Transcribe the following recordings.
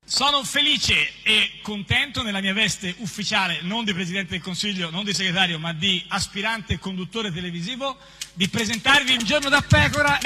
Sono felice e contento nella mia veste ufficiale, non di Presidente del Consiglio, non di segretario, ma di aspirante conduttore televisivo, di presentarvi Un giorno da pecora.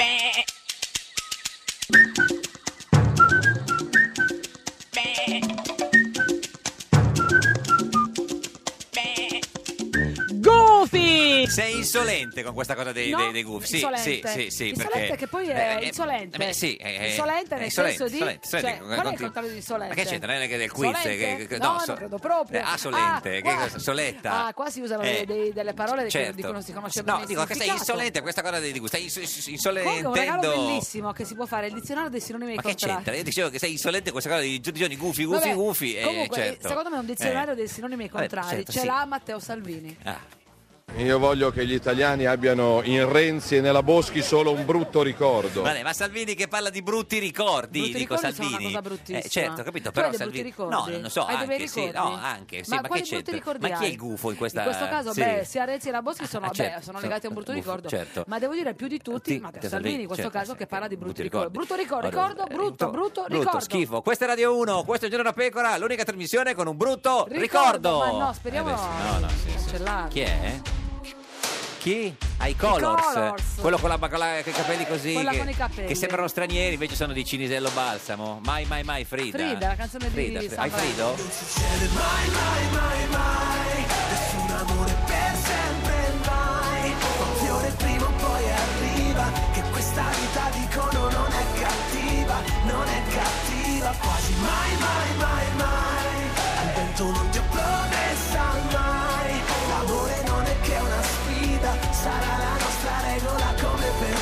Gufi! Sei insolente con questa cosa dei gufi. Insolente. Sì, Insolente perché che poi è insolente. sì, insolente nel senso di... Cioè, qual è il contrario di insolente? Ma che c'entra? Non è che del quiz? No, non credo proprio. Solente, che cosa? Soletta. Qua si usano delle parole certo. di cui non si conosce No, dico che sei insolente questa cosa di gusto. Stai insolentendo. Comunque un regalo bellissimo che si può fare, il dizionario dei sinonimi e Ma che contrari. c'entra? Io dicevo che sei insolente questa cosa di tutti i giorni gufi. Comunque, certo. secondo me un dizionario dei sinonimi e contrari certo, ce l'ha Matteo Salvini. Io voglio che gli italiani abbiano in Renzi e nella Boschi solo un brutto ricordo. Vabbè, ma Salvini che parla di brutti ricordi, Brutti dico ricordi Salvini. sono una cosa bruttissima. Certo, capito, Tu però hai dei Salvini. brutti No, ricordi? non lo so, Hai dei bei anche sì, ricordi? no, anche sì, ma quali che brutti c'entra? ricordi Ma chi è hai? il gufo in questa? In questo caso, sì. sia Renzi che la Boschi sono, certo, sono legati a un brutto ricordo. certo. Ma devo dire più di tutti, Matteo Salvini in questo caso che parla di brutti ricordi. Brutto ricordo, brutto ricordo. Schifo. Questa è Radio 1, questo è Giorno da Pecora, l'unica trasmissione con un brutto ricordo. Ma no, speriamo no, cancellare. Chi è? Chi? I Colors. Quello con i capelli così con i capelli. che sembrano stranieri, invece sono di Cinisello Balsamo. Mai Frida. Frida, la canzone di Hai Frido? Non succede mai, nessun amore per sempre mai. Un fiore prima o poi arriva, che questa vita dicono non è cattiva, quasi mai. Al vento non ti ho promessa mai, l'amore non è che una sfida, sarà la nostra regola come per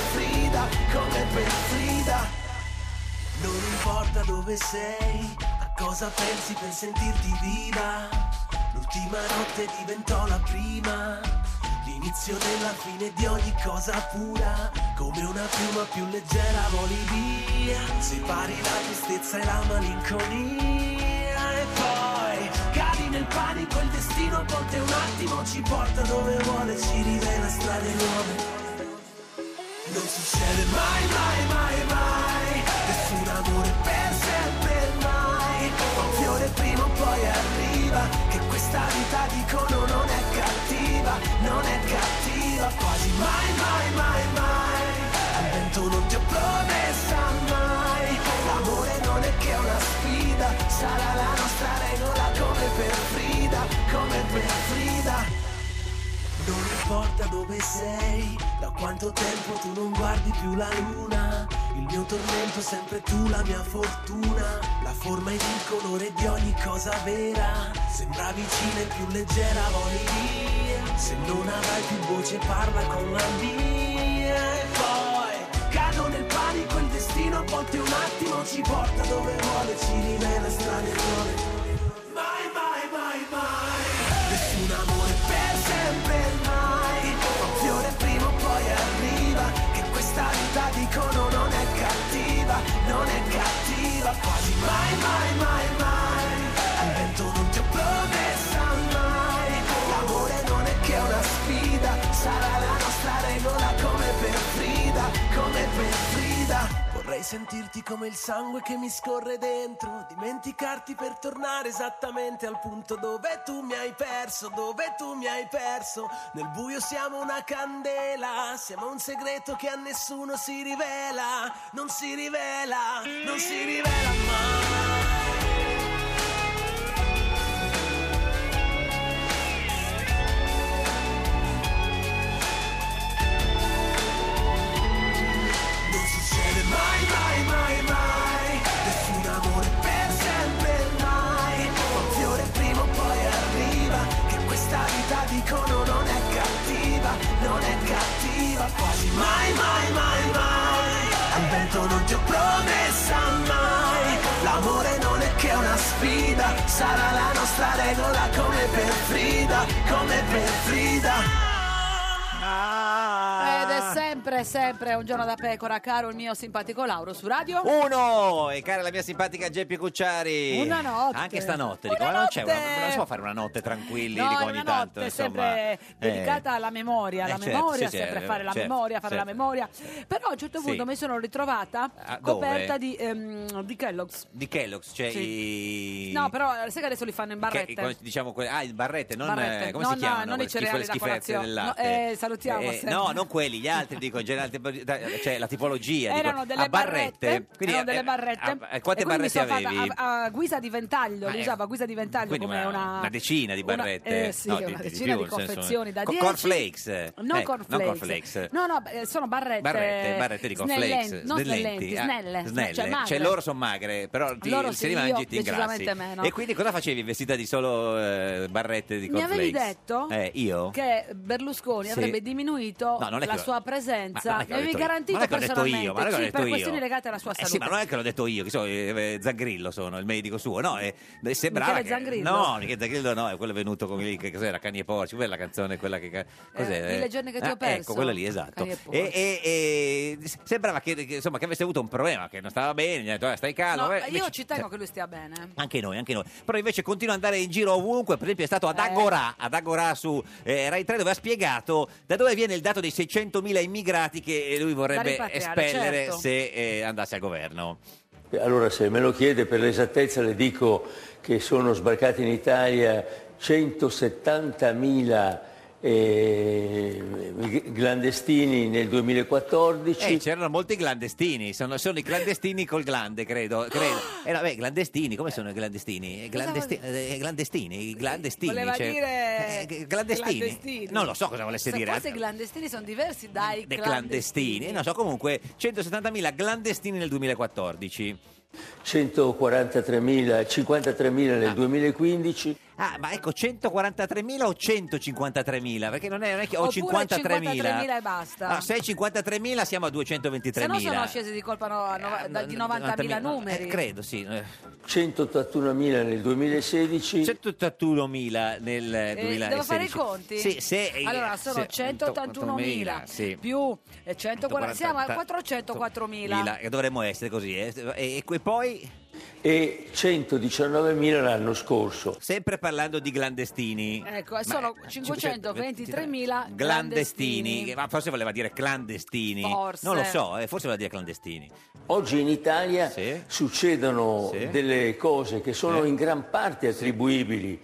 Frida. Non importa dove sei, a cosa pensi per sentirti viva. L'ultima notte diventò la prima, l'inizio della fine di ogni cosa pura. Come una piuma più leggera voli via, separi la tristezza e la malinconia. E poi cadi nel panico, il destino a volte un attimo ci porta dove vuole, ci rivela strade nuove. Non succede mai, nessun amore per sempre mai. Un fiore prima o poi arriva, che questa vita dicono non è cattiva, quasi mai. Al vento non ti ho promessa mai, l'amore non è che una sfida, sarà la nostra regola come per Frida. Non importa dove sei, da quanto tempo tu non guardi più la luna. Il mio tormento sempre tu, la mia fortuna. La forma ed il colore di ogni cosa vera. Sembra vicina e più leggera voli via. Se non avrai più voce parla con la mia. E poi cado nel panico, il destino a volte un attimo ci porta dove vuole, ci rivela strade nuove. Mai, nessun amore per sempre mai. Un fiore prima o poi arriva, che questa vita dicono non è cattiva, quasi mai. Al vento non ti ho promessa mai, l'amore non è che una sfida, sarà la nostra regola come per Frida. Vorrei sentirti come il sangue che mi scorre dentro, dimenticarti per tornare esattamente al punto dove tu mi hai perso. Nel buio siamo una candela, siamo un segreto che a nessuno si rivela, non si rivela mai. Mai, nessun amore per sempre mai. Un fiore prima o poi arriva, che questa vita dicono non è cattiva, quasi mai. Al vento non ti ho promessa mai, l'amore non è che una sfida, sarà la nostra regola come per Frida. Ed è sempre sempre un giorno da pecora, caro il mio simpatico Lauro su Radio 1 e cara la mia simpatica Geppi Cucciari. Una notte. Anche stanotte, Una dico, ma non c'è notte. non si può fare una notte tranquilli, No, dico, è ogni una tanto, notte insomma. sempre dedicata alla memoria, certo, sì, sempre fare la certo, memoria, fare la certo. memoria. Però a un certo punto mi sono ritrovata coperta di Kellogg's. Di Kellogg's, cioè Sì. No, però sai che adesso li fanno in barrette. diciamo in barrette, non Barrette. come si chiamano? Non i cereali da colazione. Del latte. Salutiamo sempre. No, non quelli, gli altri, dico, in generale, cioè la tipologia. Erano dico, delle a barrette. Quindi, erano delle barrette. Quante E quindi barrette mi sono avevi? fatta a guisa di ventaglio, li usavo a guisa di ventaglio Quindi come una decina di barrette. Sì, No, una decina più, di confezioni da 10. Cornflakes. Non cornflakes. No, sono barrette di cornflakes. non snellenti, snelle. Cioè loro sono magre, però loro se li mangi ti ingrassi. decisamente meno. E quindi cosa facevi vestita di solo barrette di Mi cornflakes? avevi detto io? che Berlusconi avrebbe diminuito la sua presenza. Mi avevi garantito personalmente. Ma non è che l'ho detto per io. questioni legate alla sua salute. Sì, ma non è che l'ho detto io, che so, Zangrillo sono il medico suo, no? Sembrava Michele Zangrillo? No, Michele Zangrillo no, è quello venuto con lì, che cos'era, Cani e Porci, quella canzone, quella che cos'è? 1000 giorni che ti ho perso. Ecco, quella lì, esatto. Cani e Porci. E sembrava che insomma che avesse avuto un problema, che non stava bene, gli ha detto stai calmo. No, invece, io ci tengo che lui stia bene. Anche noi. Però invece continua ad andare in giro ovunque, per esempio è stato ad Agorà su Rai 3, dove ha spiegato da dove viene il dato dei 600.000 immigrati che lui vorrebbe espellere, certo, se andasse al governo. Allora, se me lo chiede, per l'esattezza le dico che sono sbarcati in Italia 170.000 clandestini nel 2014. C'erano molti clandestini, sono i clandestini col glande, credo. Clandestini, come sono i clandestini? Clandestini. Voleva cioè, dire clandestini. Non lo so cosa volesse dire. Forse i clandestini sono diversi dai clandestini. Non so, comunque 170.000 clandestini nel 2014. 143.000, 53.000 nel 2015. Ma ecco, 143.000 o 153.000? Perché non è che ho 53.000 e basta. Allora, se è 53.000 siamo a 223.000. Se no sono scesi di colpa di 90.000 numeri. Credo, sì. 181.000 nel 2016. 181.000 nel 2016. Devo fare i conti? Sì, allora sono 181.000 sì. più 140, siamo a 404.000. Che dovremmo essere così. E poi... E 119.000 l'anno scorso. Sempre parlando di clandestini. Ecco, sono 523.000 clandestini. Ma forse voleva dire clandestini. Forse. Non lo so, forse voleva dire clandestini. Oggi in Italia succedono delle cose che sono in gran parte attribuibili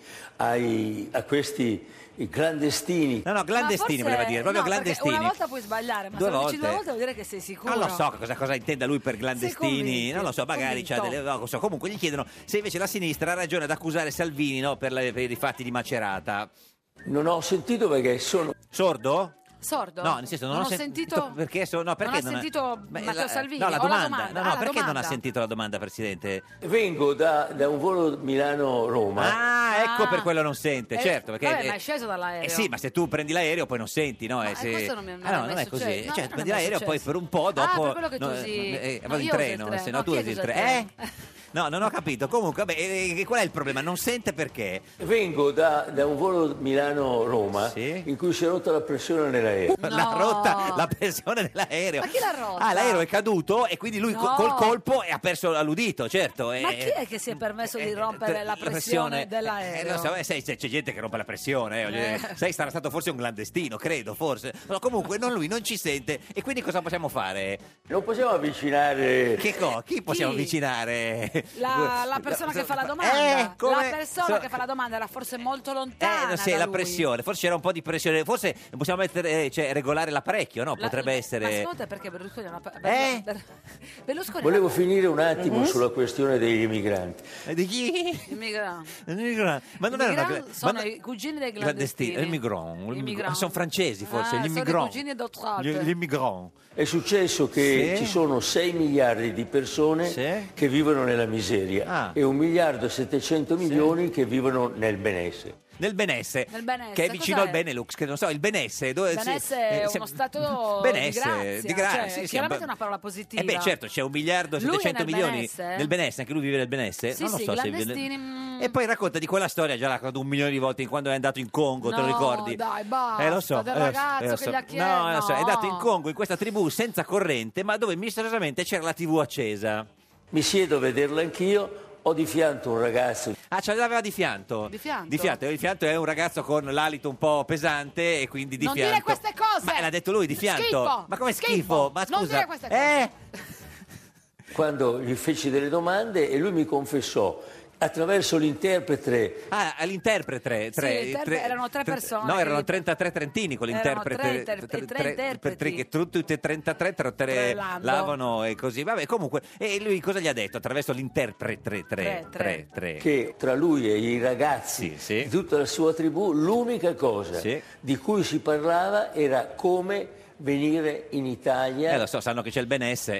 a questi i clandestini. No, clandestini voleva dire, proprio clandestini. Una volta puoi sbagliare, ma se lo dici 2 volte vuol dire che sei sicuro. Non lo so cosa intenda lui per clandestini, non lo so, magari c'ha delle... No, so. Comunque gli chiedono se invece la sinistra ha ragione ad accusare Salvini, no, per i fatti di Macerata. Non ho sentito perché sono... Sordo? Sordo? No, nel senso non ho sentito perché perché non ha sentito Matteo Salvini. No, la domanda. No, perché domanda. non ha sentito la domanda, Presidente? Vengo da un volo Milano-Roma. Ecco per quello non sente, certo, perché vabbè, ma è sceso dall'aereo. sì, ma se tu prendi l'aereo poi non senti, no? Questo non mi è non è così. no, Cioè, non prendi è mai l'aereo, poi successo. per un po' dopo per quello che tu usi vado in treno, se no tu usi il treno. No, non ho capito. Comunque, vabbè, qual è il problema? Non sente perché? Vengo da un volo Milano-Roma in cui si è rotta la pressione nell'aereo. L'ha rotta la pressione dell'aereo. Ma chi l'ha rotta? L'aereo è caduto e quindi lui col colpo ha perso l'udito, certo. Ma chi è che si è permesso di rompere la pressione dell'aereo? Non so, sai, c'è gente che rompe la pressione. Sai, sarà stato forse un clandestino, credo, forse. No, comunque lui non ci sente. E quindi cosa possiamo fare? Non possiamo avvicinare... Chi possiamo avvicinare? La persona che fa la domanda. La persona che fa la domanda era forse molto lontana sì, da la lui. pressione, forse c'era un po' di pressione, forse possiamo mettere, regolare l'apparecchio, no? Potrebbe essere... Ma secondo te perché Berlusconi Berlusconi Volevo finire un attimo sulla questione degli migranti. Di chi? Immigrati. Ma non erano sono i cugini dei clandestini. Immigrati. Sono francesi forse, gli immigrati. Sono i cugini d'Otrate. Gli immigrati. È successo che ci sono 6 miliardi di persone che vivono nella miseria e 1.700 milioni che vivono nel benessere. Nel benessere, che è vicino al Benelux, che non so, il benessere. Benessere è uno stato di grazia. Cioè, chiaramente è una parola positiva. Certo, c'è 1.700 milioni nel benessere, anche lui vive nel benessere. Sì, non lo so clandestini. E poi racconta di quella storia, già raccontato 1 milione di volte, quando è andato in Congo, te lo ricordi? Dai, basta, lo so, del ragazzo che gli ha chiesto. No, lo so, è andato in Congo, in questa tribù senza corrente, ma dove misteriosamente c'era la TV accesa. Mi siedo a vederla anch'io. Ho di fianco un ragazzo. Ah, ce l'aveva di fianco? Di fianco? Di fianco è un ragazzo con l'alito un po' pesante e quindi di non fianco. Non dire queste cose! Ma l'ha detto lui, di fianco. Schifo! Ma come schifo? Ma scusa. Non dire queste cose! Quando gli feci delle domande e lui mi confessò attraverso l'interprete. Ah, l'interprete. Erano 3 persone. No, erano 33 trentini con l'interprete. Che tutti e 33 lavano e così. Vabbè, comunque, e lui cosa gli ha detto? Attraverso l'interprete. Che tra lui e i ragazzi di tutta la sua tribù, l'unica cosa di cui si parlava era come venire in Italia. Lo so, sanno che c'è il benessere.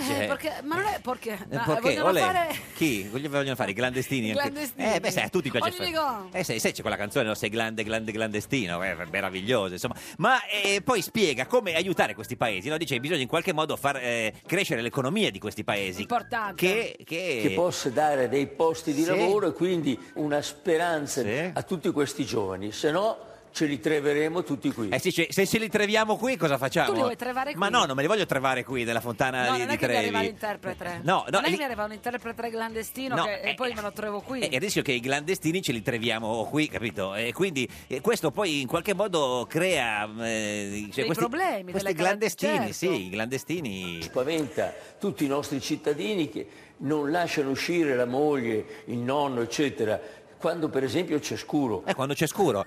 Ma non è perché? Vogliono fare... Chi? Vogliono fare i clandestini? Clandestini. A tutti piace fare. Sai, c'è quella canzone, no? Sei clandestino, meraviglioso, insomma. Ma poi spiega come aiutare questi paesi, no? Dice che bisogna in qualche modo far crescere l'economia di questi paesi. Importante. Che possa dare dei posti di lavoro e quindi una speranza a tutti questi giovani, se no ce li treveremo tutti qui. Se ce li treviamo qui, cosa facciamo? Tu li vuoi trevare qui? Ma no, non me li voglio trevare qui nella fontana di Trevi. Non è che mi arriva l'interprete. Non è che mi arriva un interprete clandestino e poi me lo trovo qui. È il rischio che i clandestini ce li treviamo qui, capito? E quindi questo poi in qualche modo crea questi problemi. Questi clandestini, i clandestini. Spaventa tutti i nostri cittadini che non lasciano uscire la moglie, il nonno, eccetera. Quando per esempio c'è scuro. Quando c'è scuro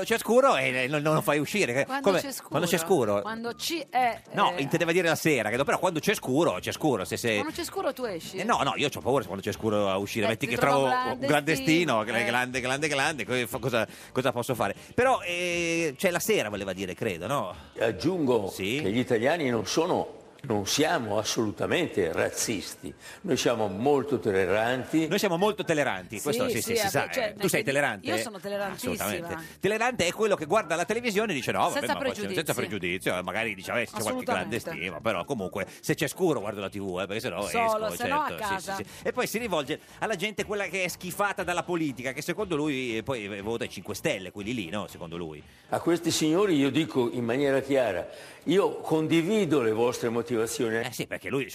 non lo fai uscire. Quando c'è scuro. Quando è. No, intendeva dire la sera, credo, però quando c'è scuro, c'è scuro. Quando c'è scuro tu esci? No, io ho paura quando c'è scuro a uscire. Metti che trovo un clandestino, grande, cosa posso fare? Però c'è la sera, voleva dire, credo, no? Aggiungo che gli italiani non siamo assolutamente razzisti, noi siamo molto tolleranti. Questo si sa. Tu sei tollerante? Io sono tollerantissima. Assolutamente. Tollerante è quello che guarda la televisione e dice no, senza pregiudizio, magari dice c'è qualche clandestino, però comunque se c'è scuro guardo la TV, perché sennò esco. Se no a casa. E poi si rivolge alla gente quella che è schifata dalla politica, che secondo lui poi vota i 5 Stelle, quelli lì, no? Secondo lui. A questi signori io dico in maniera chiara, io condivido le vostre motivazioni. Sì, perché lui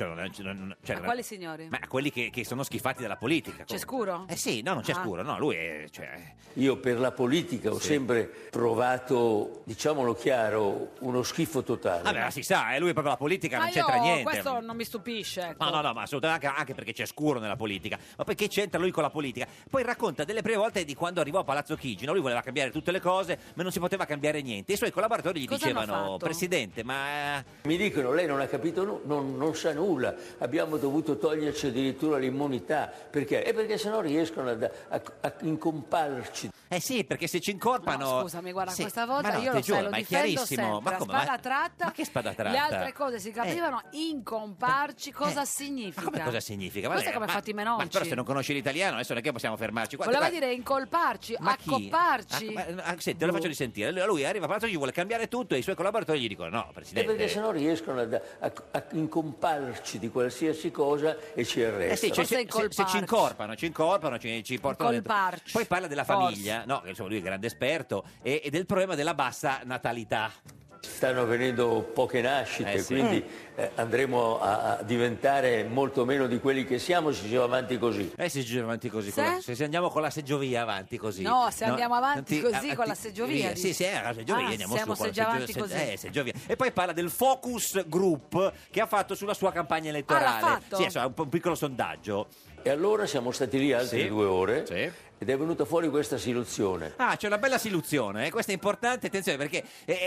a quali signori? Ma a quelli che sono schifati dalla politica. C'è scuro? Sì, no, non c'è scuro, no, lui è Io per la politica ho sempre provato, diciamolo chiaro, uno schifo totale. Vabbè, si sa, lui proprio la politica non c'entra niente. Questo non mi stupisce, ecco. No, ma assolutamente, anche perché c'è scuro nella politica. Ma perché c'entra lui con la politica? Poi racconta delle prime volte di quando arrivò a Palazzo Chigi, no? Lui voleva cambiare tutte le cose, ma non si poteva cambiare niente. I suoi collaboratori gli dicevano, Presidente, ma... Mi dicono, lei non ha capito, non sa nulla, abbiamo dovuto toglierci addirittura l'immunità. Perché? Perché sennò riescono a incomparci. Sì, perché se ci incorpano... No, scusami, guarda, questa volta io lo difendo sempre. Ma come? Spada tratta. Ma che spada tratta? Le altre cose si capivano, incomparci, cosa significa? Ma come cosa significa? Questo è come fatti Menocci. Ma però se non conosci l'italiano adesso non è che possiamo fermarci. Voleva dire incolparci, accopparci. Senti, te lo faccio risentire. Lui arriva a Palazzo Chigi, vuole cambiare tutto e i suoi collaboratori gli dicono no, Presidente. Perché sennò riescono a incomparci di qualsiasi cosa e ci arrestano. Se ci incorpano, ci portano dentro. Poi parla della famiglia, no, che insomma lui è grande esperto, e del problema della bassa natalità. Stanno avvenendo poche nascite, quindi andremo a diventare molto meno di quelli che siamo se ci va avanti così. Se ci va avanti così, se andiamo con la seggiovia avanti così. No, se andiamo avanti così con la seggiovia. Sì, la seggiovia, andiamo siamo su con seggiavanti così. Seggiovia. E poi parla del focus group che ha fatto sulla sua campagna elettorale. L'ha fatto? Sì, un piccolo sondaggio. E allora siamo stati lì altre 2 ore ed è venuta fuori questa soluzione. C'è una bella soluzione, questa è importante, attenzione, perché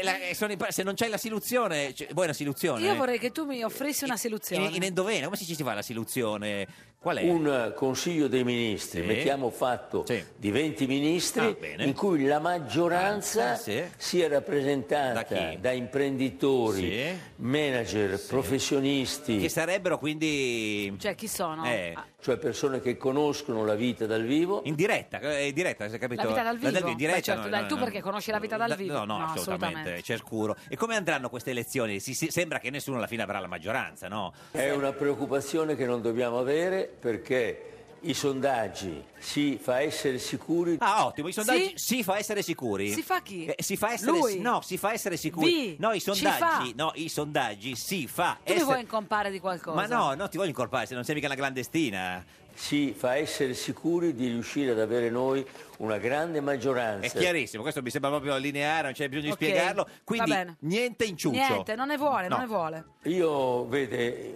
se non c'è la soluzione, vuoi una soluzione? Io vorrei che tu mi offrissi una soluzione. In endovena, come si fa la soluzione? Qual è? Un consiglio dei ministri, mettiamo fatto di 20 ministri, in cui la maggioranza sia rappresentata da imprenditori, manager, professionisti. Che sarebbero quindi... Cioè, chi sono? Cioè persone che conoscono la vita dal vivo. In diretta, si è capito? La vita dal vivo? In diretta, certo, tu perché conosci la vita dal vivo? No, assolutamente, c'è scuro. E come andranno queste elezioni? Sembra che nessuno alla fine avrà la maggioranza, no? È una preoccupazione che non dobbiamo avere perché i sondaggi si fa essere sicuri. Ah, ottimo, i sondaggi si fa essere sicuri. Si fa chi? Si fa essere Lui? No, si fa essere sicuri. No, i sondaggi si fa Tu essere. mi vuoi incompare di qualcosa? Ma no, non ti voglio incolpare, se non sei mica una clandestina. Si fa essere sicuri di riuscire ad avere noi una grande maggioranza. È chiarissimo, questo mi sembra proprio lineare, non c'è bisogno di spiegarlo. Quindi va bene. niente inciuccio. Niente, non ne vuole, No. non ne vuole. Io, vede,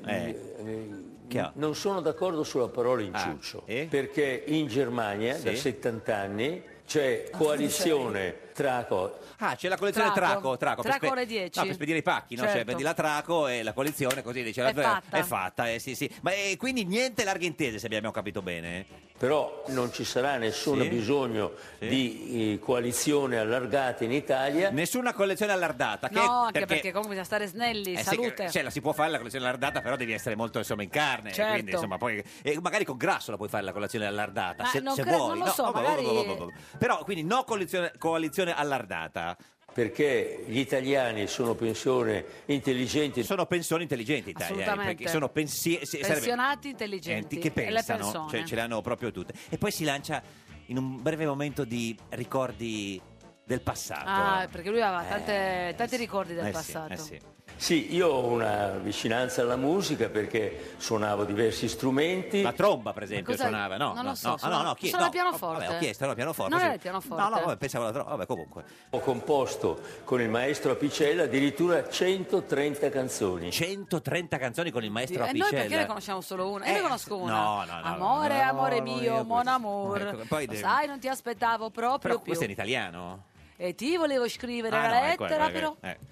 non sono d'accordo sulla parola inciuccio, perché in Germania da 70 anni c'è coalizione Traco. C'è la coalizione Traco. Traco ore 10. No, per spedire i pacchi, no? Certo. Cioè, prendi la Traco e la coalizione così dice è fatta, sì. Ma quindi niente larghe intese, se abbiamo capito bene. Però non ci sarà nessun bisogno di coalizione allargata in Italia. Nessuna coalizione allargata. No, anche perché comunque bisogna stare snelli, salute. La si può fare la coalizione allargata, però devi essere molto in carne. Certo. Quindi insomma poi magari con Grasso la puoi fare la coalizione allargata. Ma se non vuoi. non lo so, magari. Però quindi no coalizione allargata. Perché gli italiani sono pensione intelligenti. Sono pensioni intelligenti italiani. Assolutamente. Perché sono pensionati intelligenti. Che pensano, e le persone. cioè ce le hanno proprio tutte. E poi si lancia in un breve momento di ricordi del passato. Perché lui aveva tanti ricordi del passato. Sì, io ho una vicinanza alla musica perché suonavo diversi strumenti. La tromba, per esempio, suonava, no? Non lo so. Suona il pianoforte. Vabbè, ho chiesto, era il pianoforte. Non era il pianoforte. No, pensavo alla tromba, vabbè, comunque. Ho composto con il maestro Apicella addirittura 130 canzoni. 130 canzoni con il maestro E Apicella. noi perché ne conosciamo solo una? Io ne conosco una. No. Amore mio, mon amour. Ecco, poi Sai, non ti aspettavo proprio Però più. questo è in italiano. E ti volevo scrivere una lettera, però.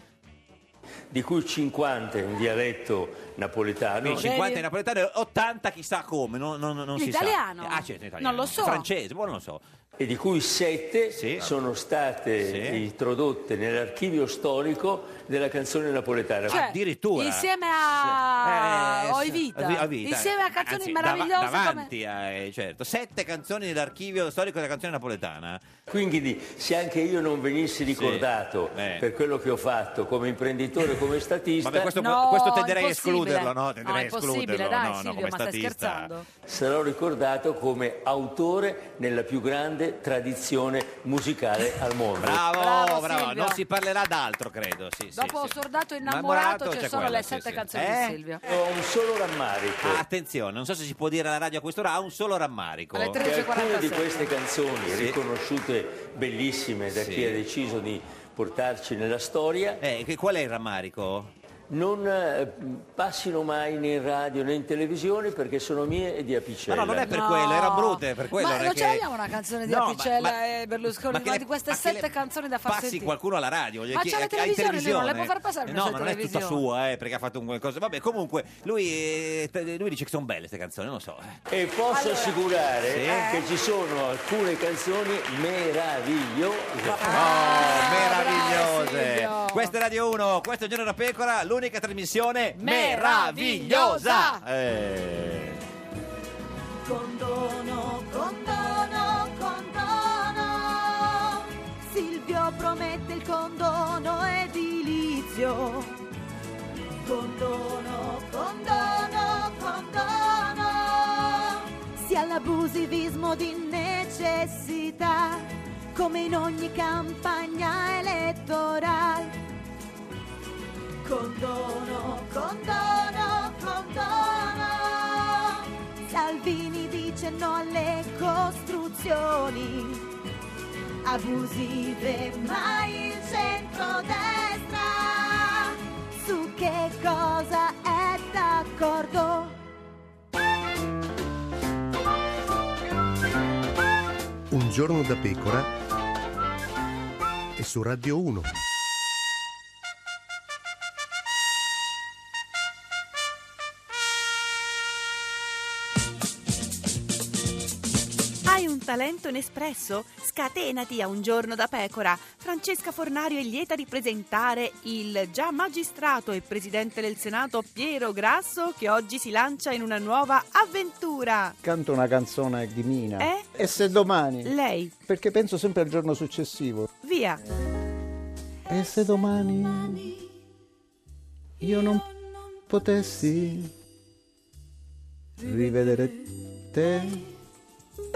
Di cui 50 in dialetto napoletano. 50 in napoletano e 80 chissà come, non si sa. Italiano? Certo, italiano. Non lo so. Francese, non lo so. E di cui 7 sono state introdotte nell'archivio storico della canzone napoletana. Cioè, addirittura insieme a Oi Vita. Insieme a canzoni meravigliose davanti certo. 7 canzoni nell'archivio storico della canzone napoletana. Quindi se anche io non venissi ricordato per quello che ho fatto come imprenditore, come statista, vabbè, questo tenderei a escluderlo, no? Tenderei a escluderlo, dai, no, Silvio, come ma stai statista. scherzando? sarò ricordato come autore nella più grande tradizione musicale al mondo. Bravo, Silvio. non si parlerà d'altro, credo. Dopo Sordato e Innamorato ci c'è sono quello, le 7 sì. canzoni di Silvio. Ho un solo rammarico. Attenzione, non so se si può dire alla radio a quest'ora, ha un solo rammarico. Alle Che alcune di 13:47. queste canzoni, riconosciute bellissime da chi ha deciso di portarci nella storia, qual è il rammarico? non passino mai né in radio né in televisione perché sono mie e di Apicella. Ma no, non è per quello, erano brute, per quello. Ma non è non che... ce l'abbiamo una canzone di No, Apicella e Berlusconi, che ma le- di queste ma che 7 le canzoni da far passi sentire. qualcuno alla radio, Ma c'ha la televisione, lui non le può far passare no, una ma non è tutta televisione. sua, perché ha fatto un qualcosa. Vabbè, comunque lui dice che sono belle queste canzoni, non lo so. E posso assicurare Sì. che ci sono alcune canzoni meravigliose. Meravigliose. Silvio. Questa è Radio 1, questo è Giorno da Pecora, l'unica trasmissione meravigliosa. Condono, condono, condono. Silvio promette il condono edilizio. Condono, condono, condono. Sia l'abusivismo di necessità, come in ogni campagna elettorale. Condono, condono, condono. Salvini dice no alle costruzioni abusive, ma il centrodestra su che cosa è d'accordo? Un giorno da pecora e su Radio 1. Hai un talento inespresso? Scatenati a Un giorno da pecora. Francesca Fornario è lieta di presentare il già magistrato e presidente del Senato Piero Grasso, che oggi si lancia in una nuova avventura. Canto una canzone di Mina. E se domani? Lei. Perché penso sempre al giorno successivo. Via. E se domani io non potessi rivedere te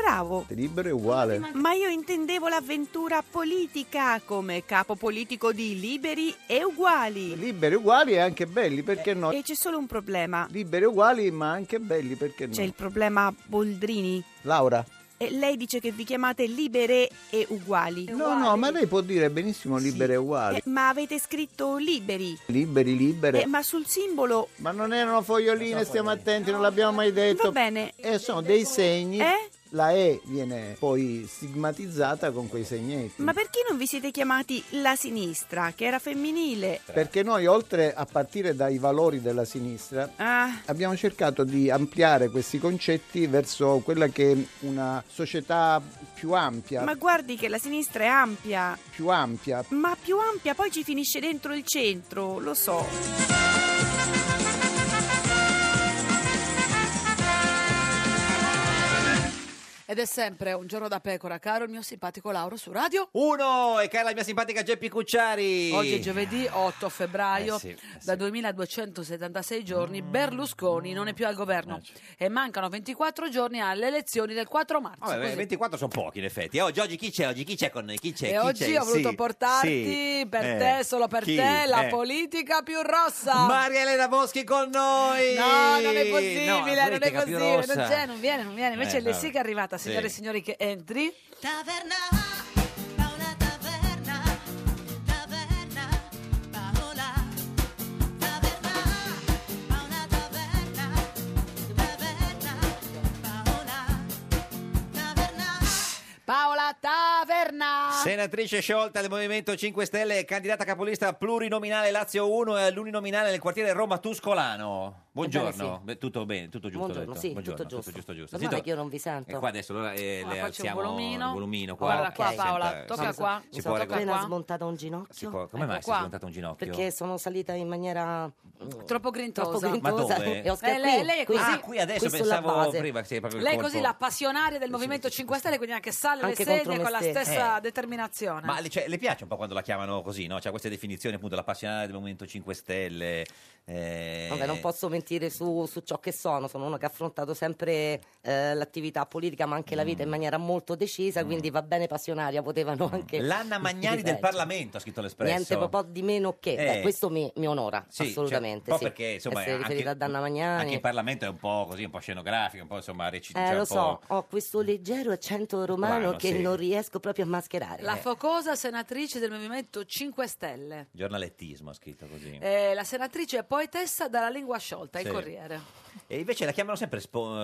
bravo. Libero e uguale. Ma io intendevo l'avventura politica come capo politico di Liberi e Uguali. Liberi e uguali e anche belli, perché no? E c'è solo un problema. Liberi e uguali ma anche belli, perché no? C'è il problema Boldrini. Laura. E lei dice che vi chiamate Libere e Uguali. No, ma lei può dire benissimo libere e uguali. Ma avete scritto Liberi. Liberi, libere. Ma sul simbolo... Ma non erano foglioline, stiamo attenti, non l'abbiamo mai detto. Va bene. Sono dei segni. La E viene poi stigmatizzata con quei segnetti. Ma perché non vi siete chiamati la sinistra, che era femminile? Perché noi, oltre a partire dai valori della sinistra, abbiamo cercato di ampliare questi concetti verso quella che è una società più ampia. Ma guardi che la sinistra è ampia. Più ampia. Ma più ampia poi ci finisce dentro il centro, lo so. Ed è sempre un giorno da pecora, caro il mio simpatico Lauro su Radio 1 e cara la mia simpatica Geppi Cucciari. Oggi è giovedì 8 febbraio, sì. da 2276 giorni Berlusconi non è più al governo e mancano 24 giorni alle elezioni del 4 marzo. Vabbè, così. 24 sono pochi in effetti. Oggi chi c'è? Oggi chi c'è con noi? Chi c'è? E Chi oggi c'è? ho voluto Sì, portarti sì. per te, solo per Chi? te, la politica più rossa. Maria Elena Boschi con noi. No, non è possibile, No, non è politica più possibile, rossa. non viene. Invece lei sì che è arrivata, signore e signori, che entri. Taverna, Paola Taverna, Taverna, Paola, Taverna, Paola Taverna, Taverna, Paola, Taverna. Paola Taverna. Senatrice sciolta del Movimento 5 Stelle, candidata capolista plurinominale Lazio 1 e l'uninominale nel quartiere Roma Tuscolano. Buongiorno, tutto bene, tutto giusto? Buongiorno, detto? sì, Buongiorno, tutto giusto. giusto. Ma guarda che io non vi sento. E qua adesso allora le faccio un alziamo volumino. il volumino qua. Guarda qua, Ok. Paola, Senta, tocca si- qua. si Mi può sono regolare. appena smontata un ginocchio. Si può- come mai si è qua. smontato un ginocchio? Perché sono salita in maniera Troppo grintosa. Ma dove? E ho scritto lei è così. Ah, qui adesso qui sulla pensavo base. prima che sia proprio il Lei è colpo. così la passionaria del Movimento 5 Stelle, quindi anche sale Anche le contro sedie me con la stessa. stessa determinazione. Ma le piace un po' quando la chiamano così, no? C'ha queste definizioni, appunto, la passionale del Movimento 5 Stelle. Vabbè, non posso mentire su ciò che sono uno che ha affrontato sempre l'attività politica ma anche la vita in maniera molto decisa, quindi va bene passionaria, potevano anche L'Anna Magnani del Parlamento, ha scritto l'Espresso. niente proprio di meno che Beh, questo mi onora Sì, assolutamente, cioè, un po' sì. perché, insomma, essere riferita anche- a Anna Magnani. Anche in Parlamento è un po' così, un po' scenografico, un po' insomma recita. Lo so, ho questo leggero accento romano che sì. non riesco proprio a mascherare. La focosa senatrice del Movimento 5 Stelle. Giornalettismo, ha scritto così. La senatrice è poetessa dalla lingua sciolta, il Sì. Corriere. E invece la chiamano sempre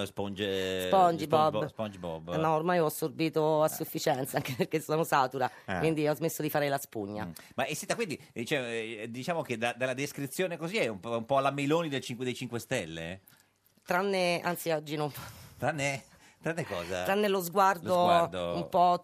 SpongeBob. SpongeBob. No, ormai ho assorbito a sufficienza anche perché sono satura, quindi ho smesso di fare la spugna. Ma senta, quindi diciamo che dalla descrizione così è un po' alla Meloni dei 5 Stelle? Tranne, anzi oggi non. Tranne cosa? Tranne lo sguardo un po'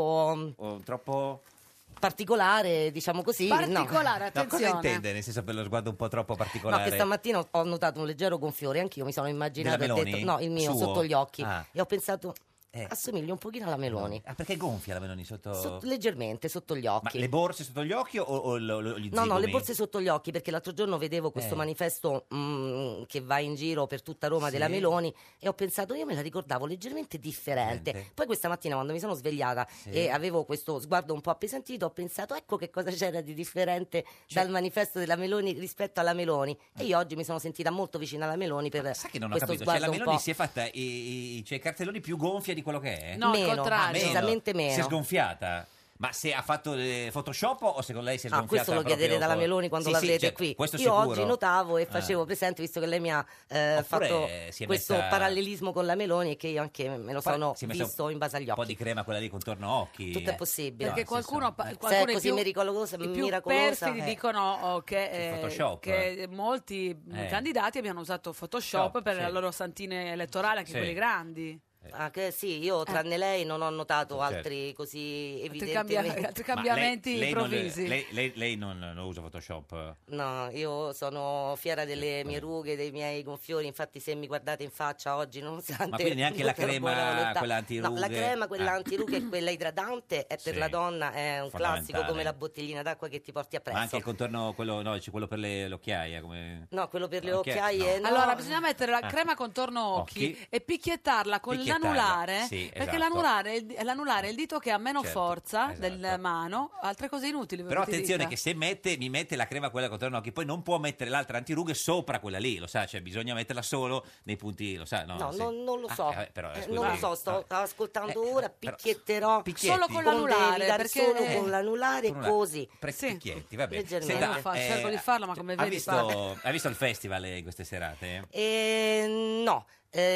troppo particolare, diciamo così. Particolare, No, cosa attenzione. intende? Nel senso, per lo sguardo un po' troppo No, particolare? che stamattina ho notato un leggero gonfiore, anch'io mi sono immaginato Della e ho Meloni? detto, no, il mio Suo? sotto gli occhi. Ah. E ho pensato, assomiglia un pochino alla Meloni. Perché gonfia la Meloni sotto... Leggermente sotto gli Ma occhi. le borse sotto gli occhi o gli No, zigomi? le borse sotto gli occhi, perché l'altro giorno vedevo questo manifesto che va in giro per tutta Roma Sì. della Meloni e ho pensato, io me la ricordavo leggermente differente. Poi questa mattina quando mi sono svegliata e avevo questo sguardo un po' appesantito, ho pensato, ecco che cosa c'era di differente dal manifesto della Meloni rispetto alla Meloni. E io oggi mi sono sentita molto vicina alla Meloni per Sai che non ho questo capito, cioè la sguardo un Meloni po'. si è fatta i cartelloni più gonfia di quello che è? No, al Meno, contrario. decisamente meno. Si è sgonfiata? Ma se ha fatto Photoshop o secondo lei si è Ah, sgonfiata? questo lo chiederete proprio dalla Meloni quando Sì, l'avrete certo, qui. questo Io sicuro. oggi notavo e facevo presente, visto che lei mi ha fatto si è questo messa- parallelismo con la Meloni e che io anche me lo sono si è messa visto in base agli Un po' occhi. di crema quella lì contorno occhi. Tutto è possibile. Perché qualcuno, Se è qualcuno così i più, miracolosa, i più miracolosa, perfidi dicono che, Photoshop. che molti candidati abbiano usato Photoshop per le loro santine elettorali, anche Sì. quelli grandi. Ah, che sì, io tranne lei non ho notato Certo. altri così Altri evidentemente. cambiamenti lei improvvisi. lei non usa Photoshop? No, io sono fiera delle mie rughe, dei miei gonfiori, infatti se mi guardate in faccia oggi nonostante Ma quindi neanche la tutta crema, buona volontà- quella antirughe? No, la crema, quella Ah. antirughe e quella idratante è per Sì. la donna, è un classico Fondamentale. come la bottiglina d'acqua che ti porti appresso. Ma anche il contorno, quello, no, c'è quello per le occhiaie, come... No, quello per le Occhiaie, occhiaie no. Allora, bisogna mettere la Ah. crema contorno occhi Occhi. e picchiettarla con Picchiettarla. aspettarla. l'anulare, Sì, perché esatto. l'anulare è il dito che ha meno Certo, forza esatto. del mano, altre cose inutili. Però volete attenzione dire? che se mi mette la crema quella contro gli occhi, poi non può mettere l'altra antirughe sopra quella lì, lo sa, cioè bisogna metterla solo nei punti, lo sa, no? No, sì. non lo so. Però, scusi, non lo so, sto ascoltando ora, picchietterò Solo con l'anulare, Devi perché solo con l'anulare Con una- così. Picchietti, va bene. Leggermente. Senta, cerco di farlo, ma come ha vedi ha visto il festival in queste serate? No,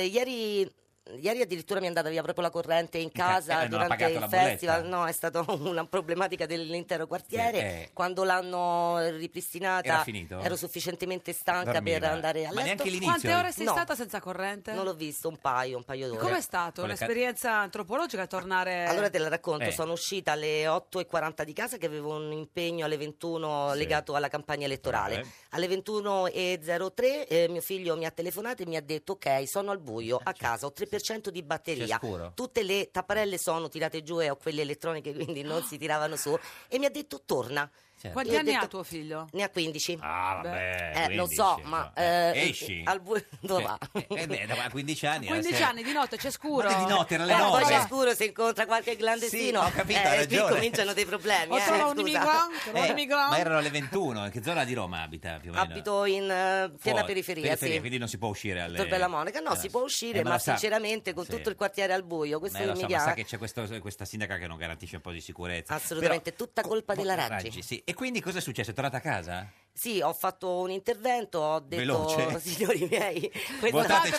ieri addirittura mi è andata via proprio la corrente in casa non ha durante pagato il la bolletta? festival. No, è stata una problematica dell'intero quartiere. Quando l'hanno ripristinata Era finito? ero sufficientemente stanca Dormiva. per andare a Ma letto. neanche l'inizio? Quante ore sei No. stata senza corrente? Non l'ho visto, un paio d'ore. Com'è stato? Con le Un'esperienza antropologica tornare... Allora te la racconto, Eh. sono uscita alle 8:40 di casa che avevo un impegno alle 21 legato alla campagna elettorale. Alle 21:03 mio figlio mi ha telefonato e mi ha detto ok, sono al buio a casa, ho 3% di batteria. C'è scuro. Tutte le tapparelle sono tirate giù e ho quelle elettroniche quindi non si tiravano su e mi ha detto torna. Quanti Io ho anni ha detto- tuo figlio? Ne ha 15. Ah, vabbè, lo 15, so, ma esci. al buio dove va? Da 15 anni. 15 anni di notte c'è scuro. Ma di notte era le Poi 9. c'è scuro se incontra qualche clandestino. Sì, ho capito, hai qui ragione. cominciano dei problemi. O trova un scusa. immigrante, Ma erano le 21, in che zona di Roma abita più o meno? Abito in piena Fuori, periferia, sì. quindi non si può uscire alle... Tor Bella Monaca, no, si può uscire, ma la sa- sinceramente con sì. tutto il quartiere al buio, questo Lo non so, mi ma sa piace. che c'è questa sindaca che non garantisce un po' di sicurezza. Assolutamente, tutta colpa della Raggi. Sì. E quindi cosa è successo? È tornata a casa? Sì, ho fatto un intervento, ho detto, Veloce. signori miei, Votate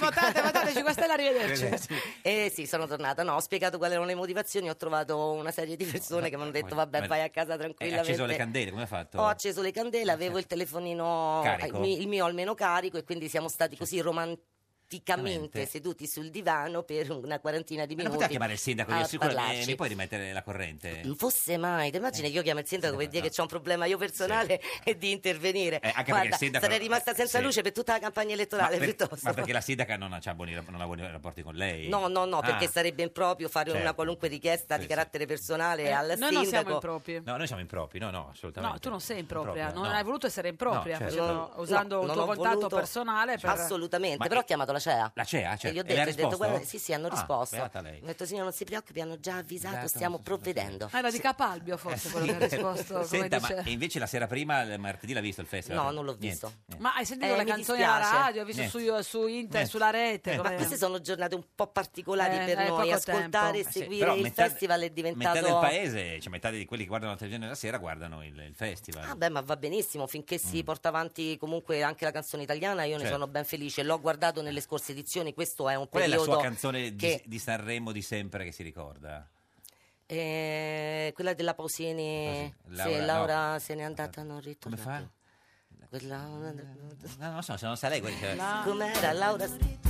5 Stelle, arrivederci. Sì, sono tornata, no, ho spiegato quali erano le motivazioni, ho trovato una serie di persone che mi hanno detto vabbè, vai a casa Hai tranquillamente. acceso le candele, come ha fatto? Ho acceso le candele, avevo il telefonino, Carico? il mio almeno carico e quindi siamo stati così romanticamente Veramente? seduti sul divano per una quarantina di Ma non minuti. poteva chiamare il sindaco? a Io sicuro, parlarci. mi puoi rimettere la corrente? Non fosse mai, ti immagini che io chiamo il sindaco per dire che c'è un problema io personale e di intervenire. Anche perché Guarda, il sindaco... sarei rimasta senza sì. luce per tutta la campagna elettorale piuttosto. Ma perché la sindaca non ha buoni rapporti con lei? No, perché sarebbe improprio fare Certo. una qualunque richiesta di carattere personale al Noi sindaco. non siamo impropri. No, noi siamo impropri, no, assolutamente. No, tu non sei impropria, Impropria, non no. hai voluto essere impropria, No, certo. facendo- usando No, il non tuo ho contatto voluto- personale per... Assolutamente, Ma però ho chiamato la CEA. La CEA, E gli ho certo. E le ha detto, risposto? guarda, sì, hanno risposto. beata lei. Ho detto, signor, non si preoccupi, hanno già avvisato, Esatto, stiamo provvedendo. Era di Capalbio forse quello che ha risposto, come Senta, dice... ma e invece la sera prima, il martedì, l'ha visto il festival? No, non l'ho Niente. visto. Ma hai sentito le mi canzoni alla dispiace. radio, hai visto su internet, Niente. sulla rete? Ma com'è? queste sono giornate un po' particolari per hai noi, poco ascoltare tempo. e Sì, seguire però il metà- festival è diventato... Metà del paese, cioè metà di quelli che guardano la televisione la sera guardano il festival. Ah beh, ma va benissimo, finché si porta avanti comunque anche la canzone italiana io ne Certo. sono ben felice, l'ho guardato nelle scorse edizioni, questo è un Qual è la periodo sua canzone che... di Sanremo di sempre che si ricorda? quella della Pausini, Laura, se Laura se n'è andata non ritorna Come fa? più. Quella... No, non so, se non sa lei... Com'era Laura?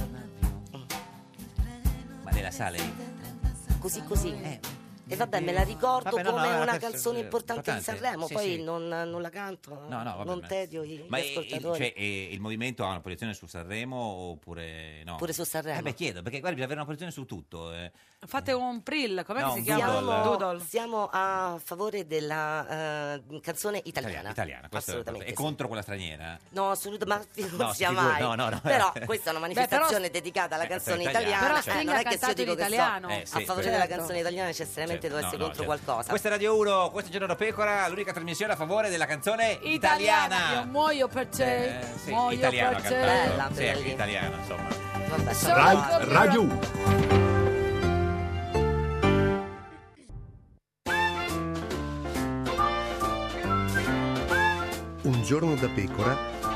Ma lei la sa lei? Così. E vabbè, me la ricordo Vabbè, no, come no, una questo- canzone importante di importante. Sanremo, Sì, poi sì. non la canto, No, vabbè, non ma- tedio gli Ma ascoltatori. il movimento ha una posizione su Sanremo oppure no? Pure su Sanremo. Beh, chiedo, perché guarda, bisogna avere una posizione su tutto. Fate un prill, com'è No, che si un chiama? doodle. Doodle. Siamo a favore della canzone italiana. Italiana, questo assolutamente. è contro quella straniera? No, assolutamente non No, sia si figuri- mai. no. Però questa è una manifestazione dedicata alla canzone per italiana, italiana. Però Stringa non è ha che se io cantato dico in che so italiano. sì, a favore certo. della canzone italiana necessariamente Certo, devo essere no, contro certo. qualcosa. Questa è Radio 1, questo è Giorno da Pecora, l'unica trasmissione a favore della canzone Io italiana. muoio per te, Sì, muoio italiano per ha te. cantato. Sì, quella lì. italiano, insomma. Vabbè, Radio 1. Un giorno da pecora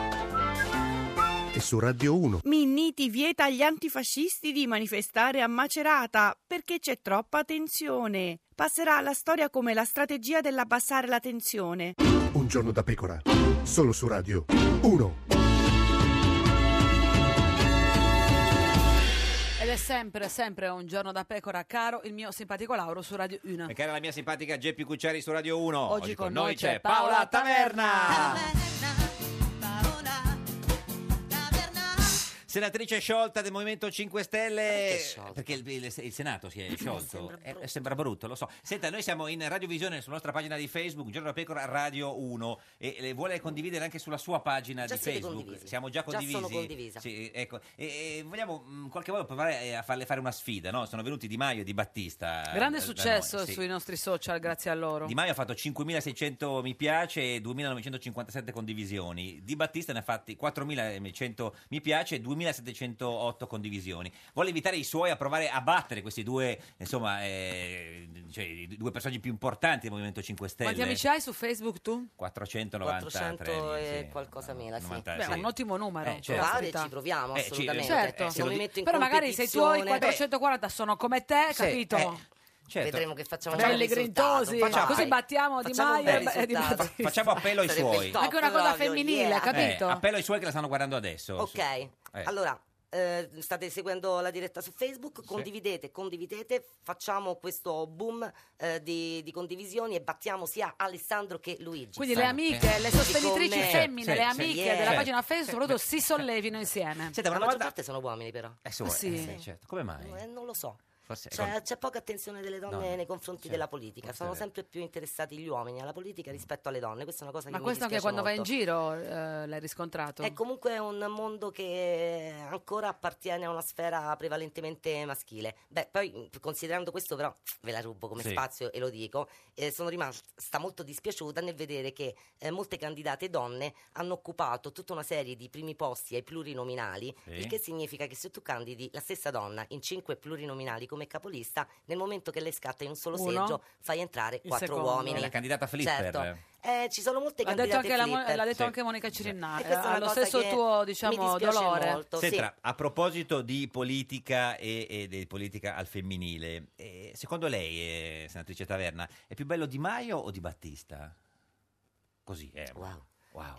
e su Radio 1. Minniti vieta agli antifascisti di manifestare a Macerata perché c'è troppa tensione. Passerà alla storia come la strategia dell'abbassare la tensione. Un giorno da pecora, solo su Radio 1. Ed è sempre un giorno da pecora, caro il mio simpatico Lauro su Radio 1. E cara la mia simpatica Geppi Cucciari su Radio 1. Oggi con noi c'è c'è Paola Taverna. Senatrice sciolta del Movimento 5 Stelle, perché il Senato si è sciolto. Sembra brutto, lo so. Senta, noi siamo in radiovisione sulla nostra pagina di Facebook, Un Giorno da Pecora Radio 1, e le vuole condividere anche sulla sua pagina di Facebook. Condivisi. Siamo già condivisi. Già sono condivisa. Sì, ecco. E vogliamo qualche volta provare a farle fare una sfida, no? Sono venuti Di Maio e Di Battista. Grande da successo noi, sì. sui nostri social, grazie a loro. Di Maio ha fatto 5.600 mi piace e 2.957 condivisioni. Di Battista ne ha fatti 4.100 mi piace e 2.708 condivisioni. Vuole invitare i suoi a provare a battere questi due, insomma, cioè, i due personaggi più importanti del Movimento 5 Stelle. Quanti amici hai su Facebook tu? 493. 400 e qualcosa mila, sì. 90, Beh, sì. un ottimo numero. Certo. per la Provare verità. ci proviamo assolutamente. Certo. Se lo metto in Però magari se i tuoi competizione- 440 sono come te, Sì, capito? Certo. Vedremo che facciamo. Belli grintosi, così battiamo Di Maio e Di Battista. Facciamo appello ai Sarebbe suoi. il top Anche una cosa proprio, femminile, yeah. capito? Appello ai suoi che la stanno guardando adesso. Ok, allora state seguendo la diretta su Facebook, condividete, facciamo questo boom di condivisioni e battiamo sia Alessandro che Luigi. Quindi le amiche, le sostenitrici Così come- femmine, le amiche Yeah. della pagina Facebook soprattutto si sollevino insieme. Senta, La una maggior volta... parte sono uomini però. Sì. Certo. Come mai? Non lo so. Forse C'è poca attenzione delle donne No, nei confronti certo, della politica, forse sono è vero. sempre più interessati gli uomini alla politica rispetto alle donne, questa è una cosa Ma che questo mi anche dispiace quando vai in molto. giro l'hai riscontrato? È comunque un mondo che ancora appartiene a una sfera prevalentemente maschile. Beh, poi considerando questo però, ve la rubo come Sì. spazio e lo dico, sono rimasta molto dispiaciuta nel vedere che molte candidate donne hanno occupato tutta una serie di primi posti ai plurinominali, Sì. il che significa che se tu candidi la stessa donna in 5 plurinominali come capolista, nel momento che lei scatta in un solo Uno. seggio fai entrare Il 4 secondo. uomini. È la candidata flipper. Certo. Ci sono molte L'ha detto candidate anche, flipper. l'ha detto Sì. anche Monica Cirinna, E questa è una lo cosa stesso che tuo mi diciamo dispiace dolore. molto. Senta, a proposito di politica e di politica al femminile, secondo lei, senatrice Taverna, è più bello Di Maio o Di Battista? Così, Wow. Wow.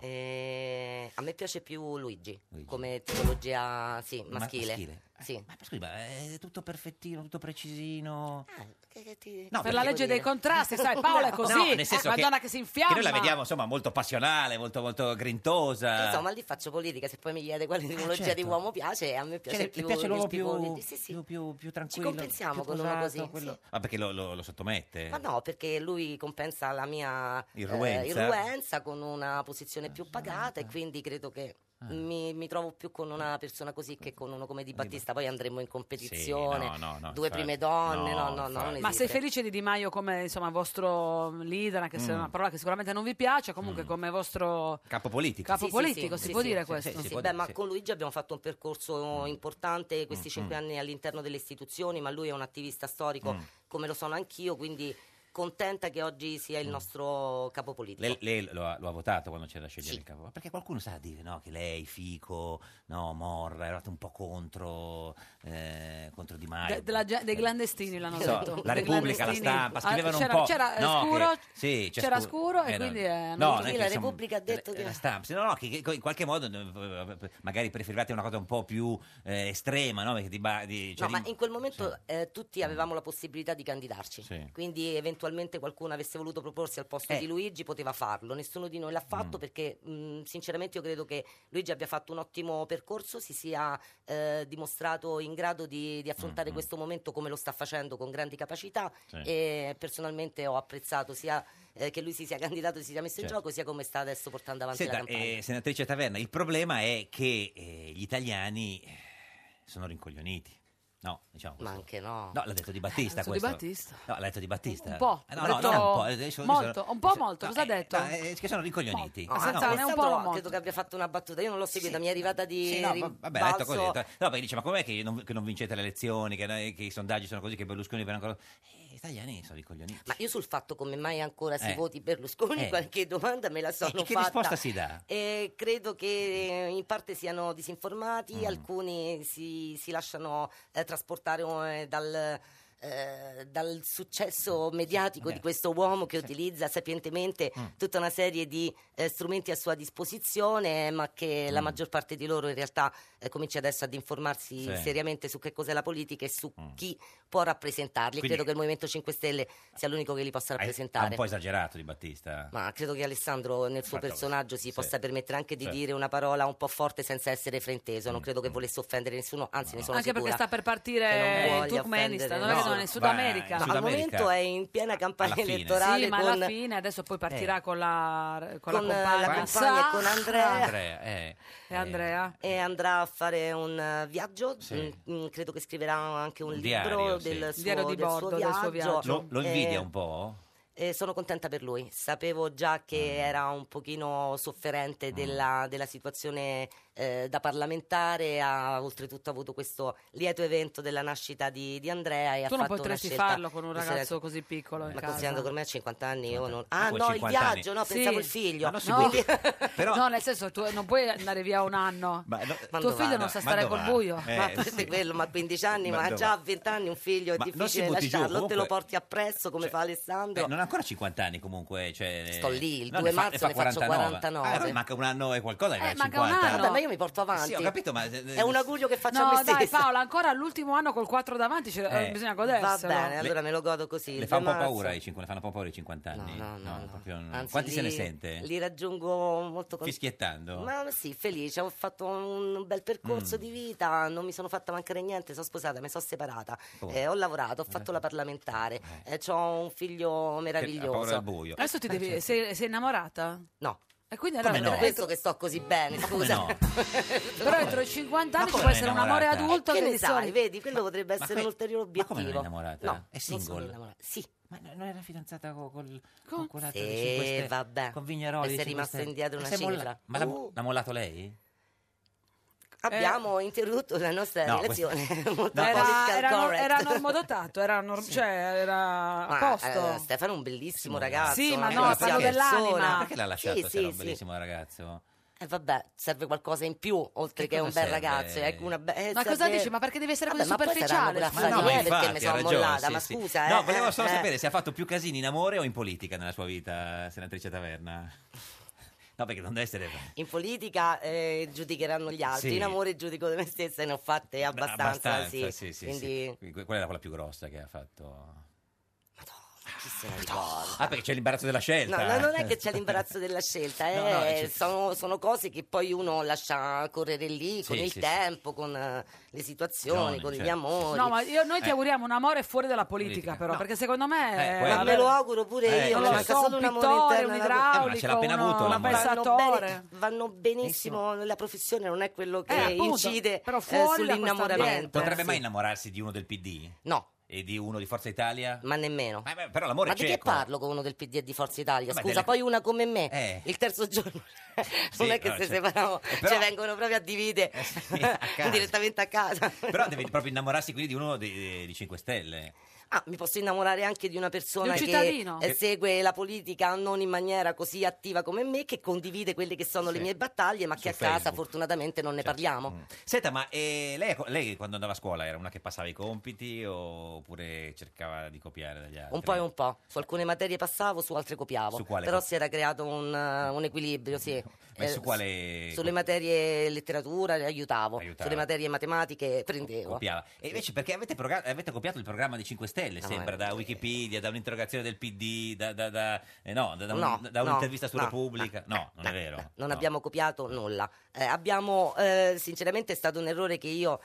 A me piace più Luigi, come tipologia maschile. Sì. Ma scusi, ma è tutto perfettino, tutto precisino. No, per la legge dei contrasti, sai, Paola è così, No, nel senso una che- donna che si infiamma. Che noi la vediamo, insomma, molto passionale, molto, molto grintosa. Insomma, lì faccio politica, se poi mi chiede quale tipologia certo. di uomo piace, a me piace Cioè, più le piace l'uomo il tipo più, Luigi. Sì, sì. più tranquillo. Ci compensiamo più con uno posato, così, quello- sì. Ah, perché lo sottomette? Ma no, perché lui compensa la mia Irruenza? irruenza con una posizione più pagata e quindi credo che mi trovo più con una persona così che con uno come Di Battista. Poi andremo in competizione, Sì, no, due infatti. prime donne, No, non infatti. Ma sei esiste. felice di Di Maio come insomma vostro leader, anche se è una parola che sicuramente non vi piace, comunque come vostro Capo politico. capo politico, si può dire questo? Sì, beh, ma con Luigi abbiamo fatto un percorso importante questi 5 anni all'interno delle istituzioni, ma lui è un attivista storico come lo sono anch'io, quindi contenta che oggi sia il nostro capo politico. Lei lo ha votato quando c'era da scegliere il capo? Perché qualcuno sa dire no, che lei, Fico, no, Morra, eravate un po' contro Di Maio. Dei clandestini l'hanno So, detto. la dei Repubblica, la clandestini. Stampa, scrivevano c'era, un po'. C'era no, scuro, che- sì, c'era scuro e no. quindi No, non- noi la che siamo- Repubblica ha detto che... La Stampa, sì, no, che in qualche modo magari preferivate una cosa un po' più estrema, no? Perché No, ma in quel momento tutti avevamo la possibilità di candidarci, Sì. quindi eventualmente qualcuno avesse voluto proporsi al posto di Luigi poteva farlo, nessuno di noi l'ha fatto perché sinceramente io credo che Luigi abbia fatto un ottimo percorso, si sia dimostrato in grado di affrontare questo momento come lo sta facendo con grandi capacità Sì. e personalmente ho apprezzato sia che lui si sia candidato e si sia messo in Certo. gioco sia come sta adesso portando avanti Senta, la campagna. senatrice Taverna, il problema è che gli italiani sono rincoglioniti. No, diciamo Ma questo. anche no. No, l'ha detto Di Battista Adesso Di questo. Battista. No, l'ha detto Di Battista. Un po', No, ha no, detto non un po'. adesso- molto, un po' adesso- molto, cosa ha detto? Che sono rincoglioniti. Ma senza- ne è un po' Alessandro molto. credo che abbia fatto una battuta, io non l'ho seguita, mi è arrivata di Sì, no, vabbè, ha detto così. rimbalzo. No, perché dice, ma com'è che non vincete le elezioni, che i sondaggi sono così, che Berlusconi per ancora... Gli italiani sono ricoglioniti. Ma io sul fatto come mai ancora si Eh. voti Berlusconi, Eh. qualche domanda me la sono E che fatta. risposta si dà? Credo che in parte siano disinformati, alcuni si lasciano trasportare dal successo mediatico di questo uomo che utilizza sapientemente tutta una serie di strumenti a sua disposizione, ma che la maggior parte di loro in realtà comincia adesso ad informarsi seriamente su che cos'è la politica e su chi può rappresentarli. Quindi- Credo che il Movimento 5 Stelle sia l'unico che li possa Ha rappresentare. un po' esagerato Di Battista. Ma credo che Alessandro nel suo Fatto- personaggio si possa permettere anche di Certo. dire una parola un po' forte senza essere frainteso. Non credo che volesse offendere nessuno, anzi ne sono Anche sicura. perché sta per che non partire il voglia Turkmenistan, offendere dove sono? In Sud America. No, al momento è in piena campagna elettorale Sì, ma con, alla fine adesso poi partirà con la con la compagna compagna e con Andrea. E Andrea? E andrà a fare un viaggio, Sì. credo che scriverà anche un Un libro diario, sì. del suo, Diario di del suo bordo, del suo viaggio. Lo invidia un po'? Sono contenta per lui, sapevo già che era un pochino sofferente della situazione da parlamentare, ha oltretutto avuto questo lieto evento della nascita di Andrea e ha Tu non fatto potresti una scelta farlo con un di ragazzo silenzio. così piccolo in Ma casa. considerando che ormai ha 50 anni io non... Ah, Ah con no, il 50 viaggio, anni. no, Sì. pensavo il figlio. Ma non si Quindi- No, nel senso, tu non puoi andare via un anno. Ma Tuo dove figlio va? non sa Ma stare dove col va? buio. Ma a parte quello, ma a 15 anni, Ma ma dove già va? a 20 anni un figlio è Ma non si difficile butti giù, lasciarlo, te lo comunque- porti appresso come fa Alessandro. Non ha ancora 50 anni comunque. Cioè, Sto lì, il no, 2 ne fa- marzo ne faccio 49. allora manca un anno e qualcosa. che fai manca un 50. anno. Vabbè, ma io mi porto avanti. Sì, ho capito, ma... È un augurio che faccio a No, me dai stessa. Paola, ancora all'ultimo anno col 4 davanti bisogna goderselo. Va bene, allora me lo godo così. Le il fa un 2 po' marzo. paura le fanno un po' paura i 50 anni? No. Proprio no. Anzi, Quanti se ne li- sente? Li raggiungo molto Fischiettando? Ma sì, felice, ho fatto un bel percorso di vita, non mi sono fatta mancare niente, sono sposata, mi sono separata, Oh. ho lavorato, ho fatto la parlamentare, ho un figlio meraviglioso. paura del buio. Adesso ti devi... sei innamorata? No. E quindi Come allora no? Per questo che sto così bene, Come scusa. no? Però entro i 50 anni ci come può non è essere un amore innamorata? adulto Che che ne di sai, solito... vedi, quello potrebbe Ma essere un ulteriore Ma come non è obiettivo. innamorata? No, È non sono single? innamorata. Sì. Ma non era fidanzata con quell'altro dei 5 Sì, Stelle? vabbè. Con Vigneroli? E sei dei 5 rimasta Stelle? indietro una Ma sei cifra. Ma l'ha mollato lei? Abbiamo interrotto la nostra No, relazione. Molto Era, political era, correct. era normodotato, cioè era a posto. Stefano è un bellissimo ragazzo. Sì, ma una no, bellissima parlo dell'anima. persona. Perché l'ha lasciato Sì, se era un sì, bellissimo ragazzo? vabbè, serve qualcosa in più, oltre che un cosa bel serve? ragazzo. Ecco Ma cosa dici? Ma perché devi essere così Vabbè, ma poi saranno superficiale? quella scusa? affari perché infatti, mi ha sono ragione, mollata, sì, ma sì. scusa. No, volevo solo sapere se ha fatto più casini in amore o in politica nella sua vita, senatrice Taverna. No, perché non deve essere... In politica giudicheranno gli altri, Sì. in amore giudico di me stessa e ne ho fatte abbastanza, sì. sì. Quindi Quella era quella più grossa che ha fatto... chi se la ricorda? Ah, perché c'è l'imbarazzo della scelta. No, non è che c'è l'imbarazzo della scelta, No, c'è- sono cose che poi uno lascia correre lì con Sì, il sì, tempo, con le situazioni, con gli certo. amori. No, ma noi ti auguriamo un amore fuori dalla politica, però, perché secondo me... quello- Ma me lo auguro pure io, non mi lo manca so, solo un un amore pittore, interno un nella- idraulico, ma ce l'ha appena avuto un l'amore. pensatore. Vanno benissimo nella professione, non è quello che appunto, incide però fuori da questo sull'innamoramento. ambiente. Potrebbe Sì. mai innamorarsi di uno del PD? No. E di uno di Forza Italia? Ma nemmeno. Però l'amore Ma è di che cieco. parlo con uno del PD e di Forza Italia? Vabbè, Scusa, delle- poi una come me. Il terzo giorno non è che no, se cioè- separano, però- cioè vengono proprio a dividere casa. direttamente a casa. Però deve proprio innamorarsi quindi di uno di 5 Stelle. Ah, mi posso innamorare anche di una persona Di un che cittadino. segue la politica non in maniera così attiva come me, che condivide quelle che sono le mie battaglie, ma che a casa Facebook. fortunatamente non ne parliamo. Senta, ma lei quando andava a scuola era una che passava i compiti oppure cercava di copiare dagli altri? Un po' e un po'. Su alcune materie passavo, su altre copiavo. Su quale Però co- si era creato un equilibrio, sì. Ma su quale Sulle materie letteratura aiutavo. Sulle materie matematiche prendevo. copiava? E invece perché avete copiato il programma dei 5 Stelle, sembra, da Wikipedia, da un'interrogazione del PD, da un'intervista su no, Repubblica. No, non è vero. Non No. abbiamo copiato nulla. Abbiamo, sinceramente, è stato un errore che io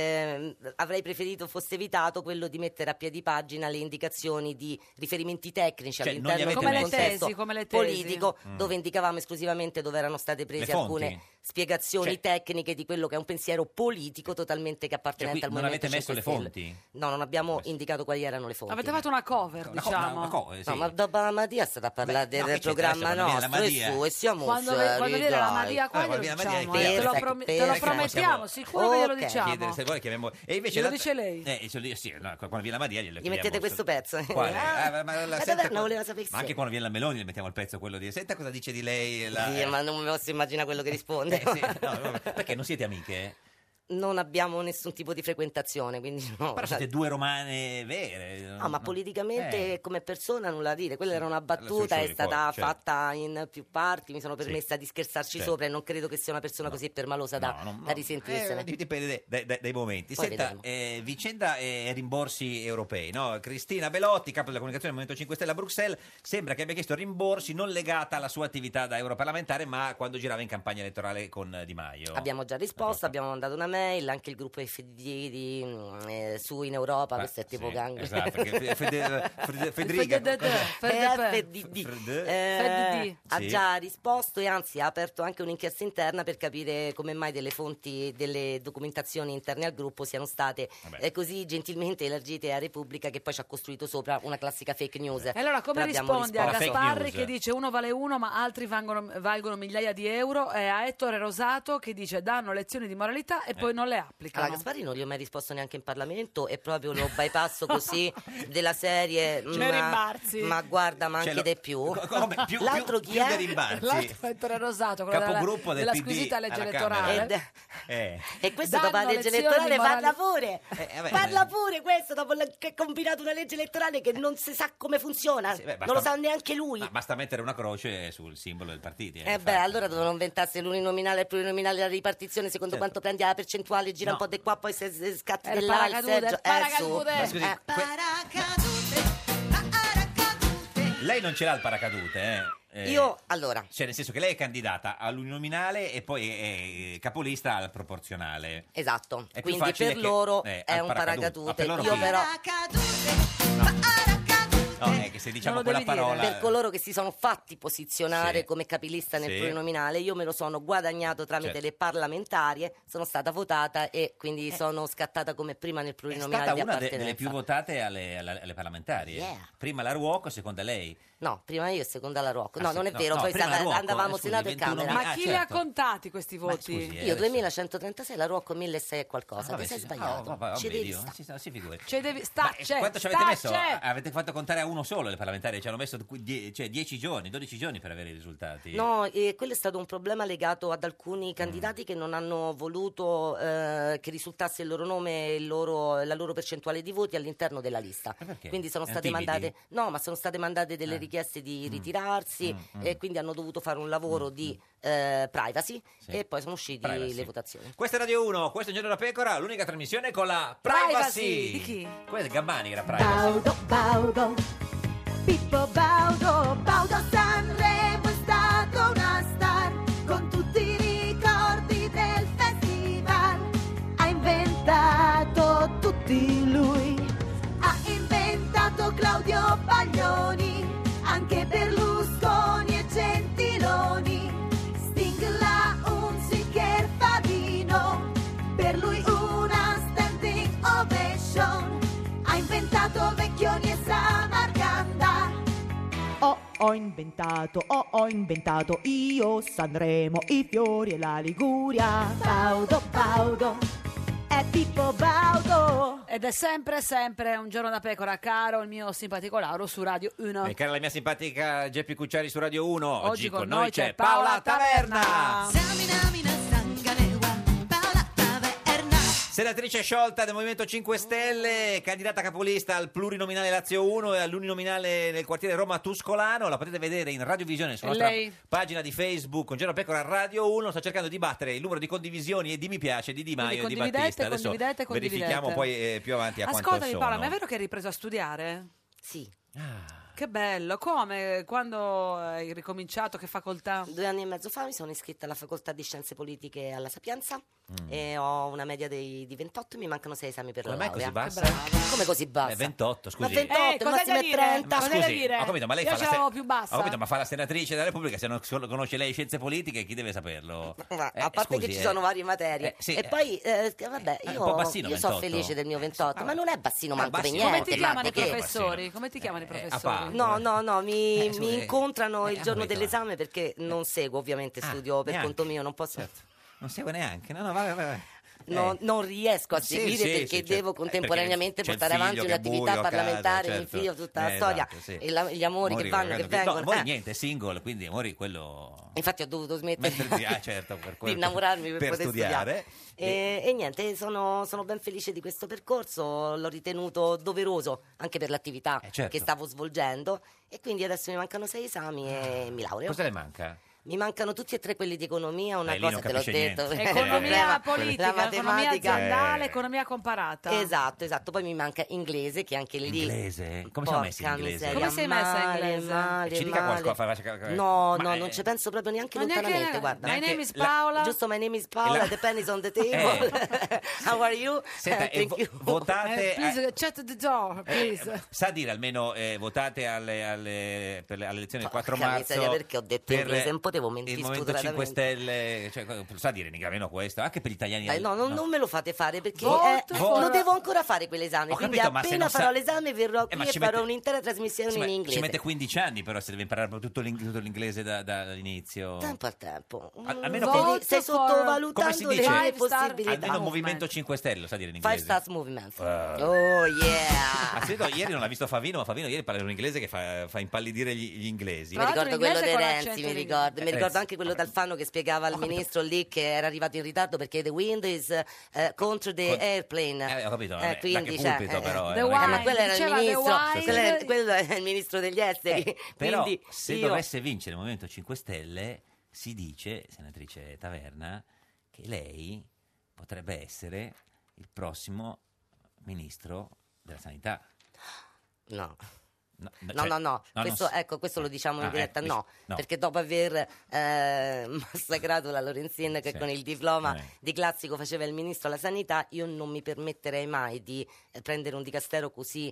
avrei preferito fosse evitato, quello di mettere a piedi pagina le indicazioni di riferimenti tecnici Cioè, non li all'interno avete del messi? contesto come le tesi. politico, dove indicavamo esclusivamente dove erano state prese Le fonti? alcune spiegazioni Cioè- tecniche di quello che è un pensiero politico totalmente che appartenente Cioè, qui al non Movimento avete messo 5 le Stelle. fonti? No, non abbiamo indicato quali erano le fonti. Avete fatto una cover, diciamo. sì. No, ma dopo la Madia è stata a parlare Beh, no, del che c'entra programma adesso quando viene la nostro e Madia? su e siamo Quando seri, viene la dai. Madia qua glielo quando viene la Madia diciamo, è te lo, perfetto, te lo perfetto. promettiamo, Siamo- sicuro che glielo Ok. diciamo. Chiedere se vuole chiamiamo. E invece Glielo la- dice lei? Sì, no, quando viene la Madia glielo Gli mettete questo pezzo. Quale? Ah, Ma la la senta Taverna voleva sapere Ma anche quando viene la Meloni le mettiamo il pezzo quello di senta cosa dice di lei Sì, ma non mi posso immaginare quello che risponde. no, perché non siete amiche? non abbiamo nessun tipo di frequentazione, quindi no. Però siete due romane vere. No, ma politicamente come persona nulla da dire, quella era una battuta, è stata fatta in più parti, mi sono permessa di scherzarci sopra e non credo che sia una persona così permalosa da risentirsene. Dipende dai momenti. Poi Senta, vicenda rimborsi europei, no? Cristina Belotti, capo della comunicazione del Movimento 5 Stelle a Bruxelles, sembra che abbia chiesto rimborsi non legata alla sua attività da europarlamentare, ma quando girava in campagna elettorale con Di Maio. Abbiamo già risposto, abbiamo mandato una mail, anche il gruppo FD su in Europa, questo è tipo gang. Esatto, Federica ha già risposto e anzi ha aperto anche un'inchiesta interna per capire come mai delle fonti, delle documentazioni interne al gruppo siano state così gentilmente elargite a Repubblica, che poi ci ha costruito sopra una classica fake news. E allora come rispondi a Gasparri che dice uno vale uno ma altri valgono migliaia di euro, e a Ettore Rosato che dice danno lezioni di moralità e poi non le applicano? Allora Gasparri non gli ho mai risposto neanche in Parlamento e proprio lo bypasso così della serie ma guarda, ma anche di più. L'altro chi è? L'altro è Ettore Rosato, quello capogruppo della PD squisita legge alla elettorale. E questo dopo la legge elettorale parla pure questo dopo che ha combinato una legge elettorale che non si sa come funziona, non lo sa neanche lui. Ma basta mettere una croce sul simbolo del partito. Allora dovevano inventarsi l'uninominale e il plurinominale, la ripartizione secondo quanto prendi la percentuale, gira un po' di qua, poi se scatti di là il seggio. Lei non ce l'ha il paracadute, Io, allora... Cioè, nel senso che lei è candidata all'uninominale e poi è capolista al proporzionale. Esatto, È più quindi facile per loro che- è al un paracadute. paracadute. Ma per loro Io chi? però... No, è che se diciamo quella parola... Per coloro che si sono fatti posizionare come capilista nel Sì. plurinominale, io me lo sono guadagnato tramite le parlamentarie, sono stata votata e quindi sono scattata come prima nel È plurinominale stata di una appartenenza. delle più votate alle parlamentari. Yeah. Prima la Ruocco, seconda lei. No, prima io e seconda la Rocco. No, Ah, sì, non è no, vero, no, poi prima la Rocco, andavamo scusi, Senato e 21 Camera. Ma chi li ha contati questi voti? Io 2136, la Rocco 1600 e qualcosa. Vabbè, Ti sei sì, sbagliato. Ci devi Dio, stare. si figuri. Quanto ci avete messo? Avete fatto contare a uno solo le parlamentari? Ci hanno messo 10 giorni, 12 giorni per avere i risultati. No, quello è stato un problema legato ad alcuni candidati che non hanno voluto che risultasse il loro nome e la loro percentuale di voti all'interno della lista. perché? Quindi sono state Timidi? mandate ma sono state mandate delle richieste di ritirarsi e quindi hanno dovuto fare un lavoro di privacy e poi sono usciti le votazioni. Questa è Radio 1, questo è Un Giorno da Pecora, l'unica trasmissione con la privacy. Di chi? Questo è Gabbani che era privacy. Baudo, Pippo Baudo Sanremo è stato una star con tutti i ricordi del festival. Ha inventato tutti lui, ha inventato Claudio Baglioni, anche Berlusconi e Gentiloni. Sting la Hunziker Favino, per lui una standing ovation. Ha inventato Vecchioni e Samarcanda. Ho inventato io Sanremo, i fiori e la Liguria. Baudo, è Pippo Baudo. Ed è sempre Un Giorno da Pecora, caro il mio simpatico Lauro su Radio 1. E cara la mia simpatica Geppi Cucciari su Radio 1. Oggi con noi c'è Paola Taverna. Senatrice sciolta del Movimento 5 Stelle, candidata capolista al plurinominale Lazio 1 e all'uninominale nel quartiere Roma Tuscolano. La potete vedere in radiovisione sulla nostra pagina di Facebook Un Giorno da Pecora Radio 1. Sta cercando di battere il numero di condivisioni e di mi piace di Di Maio e di Battista. Adesso verifichiamo poi più avanti a quanto Ascoltami sono. Paola, ma è vero che hai ripreso a studiare? Sì. Che bello, come? Quando hai ricominciato? Che facoltà? 2 anni e mezzo fa mi sono iscritta alla facoltà di scienze politiche alla Sapienza e ho una media di 28 e mi mancano 6 esami per Come la mai laurea. così bassa? Come così bassa? 28, scusi. Ma 28, il massimo è 30. Ma scusi, ho capito, ma lei Io fa ce la l'avevo più bassa. Ho capito, ma fa la senatrice della Repubblica, se non conosce lei scienze politiche, chi deve saperlo? A parte che ci sono varie materie sì, e poi vabbè, un po' bassino, io sono 28. felice del mio 28, ma non è bassino manco per bassino. niente. Come ti chiamano i perché- professori? Come ti chiamano i professori? No, mi scusi, incontrano il giorno capito. dell'esame perché non seguo, ovviamente studio per neanche. conto mio, non posso. Non segue neanche, no, vai. non riesco a seguire perché certo. devo contemporaneamente Perché c'è portare il avanti figlio che è un'attività buio a casa, parlamentare, mio certo. figlio, tutta la storia, Esatto, sì. e gli amori che vanno e che vengono. No, Mori niente, è single, quindi Mori quello... Infatti ho dovuto smettere certo, per di innamorarmi per poter studiare. E niente, sono ben felice di questo percorso, l'ho ritenuto doveroso anche per l'attività certo. che stavo svolgendo, e quindi adesso mi mancano 6 esami e mi laureo. Cosa le manca? Mi mancano tutti e 3 quelli di economia, una lì non cosa te l'ho capisce detto. niente. Economia politica, la economia matematica. aziendale, economia comparata. Esatto, poi mi manca inglese, che anche lì... Inglese? Come siamo messi in Porca inglese? miseria, Come sei messa in male, inglese? male, Ci dica male. qualcosa. No, non ci penso proprio neanche Ma neanche- lontanamente, guarda. My name is Paola. Giusto, my name is Paola, the pen is on the table. How are you? Senta, Thank you. votate... Please shut the door, please. Sa dire almeno votate alle elezioni del 4 Porca marzo miseria, perché ho detto per inglese, non potevo mentire il Movimento 5 Stelle, cioè, sa dire in almeno questo, anche per gli italiani. No, non me lo fate fare perché Voto lo devo ancora fare quell'esame. Ho Quindi capito, ma se appena non farò sa- l'esame verrò qui ma e ci farò mette- un'intera trasmissione in inglese. Ci mette 15 anni però se deve imparare proprio tutto l'inglese dall'inizio. Tempo al tempo. Almeno Stai come si sottovalutando le dice? mie possibilità. Almeno Movimento 5 Stelle, sa dire in 5 inglese. Stars Movement. Oh yeah. Anzitutto ieri non l'ha visto Favino, ma Favino ieri parla un inglese che fa impallidire gli inglesi. Mi ricordo quello di con Renzi, l'accento mi di- ricordo. Mi ricordo Renzi. anche quello d'Alfano che spiegava al ministro lì che era arrivato in ritardo perché the wind is contro the airplane. Ho capito, da quindi che cioè, pulpito però. The non è che- wine, ma quello era il diceva the ministro, wine. quello era il ministro degli esteri. Però Quindi se io- dovesse vincere il Movimento 5 Stelle, si dice, senatrice Taverna, che lei potrebbe essere il prossimo ministro della sanità. No. No, No, questo, non- questo lo diciamo in Ah, diretta, ecco, no. perché dopo aver massacrato la Lorenzin che Sì. con il diploma di classico faceva il ministro alla sanità, io non mi permetterei mai di prendere un dicastero così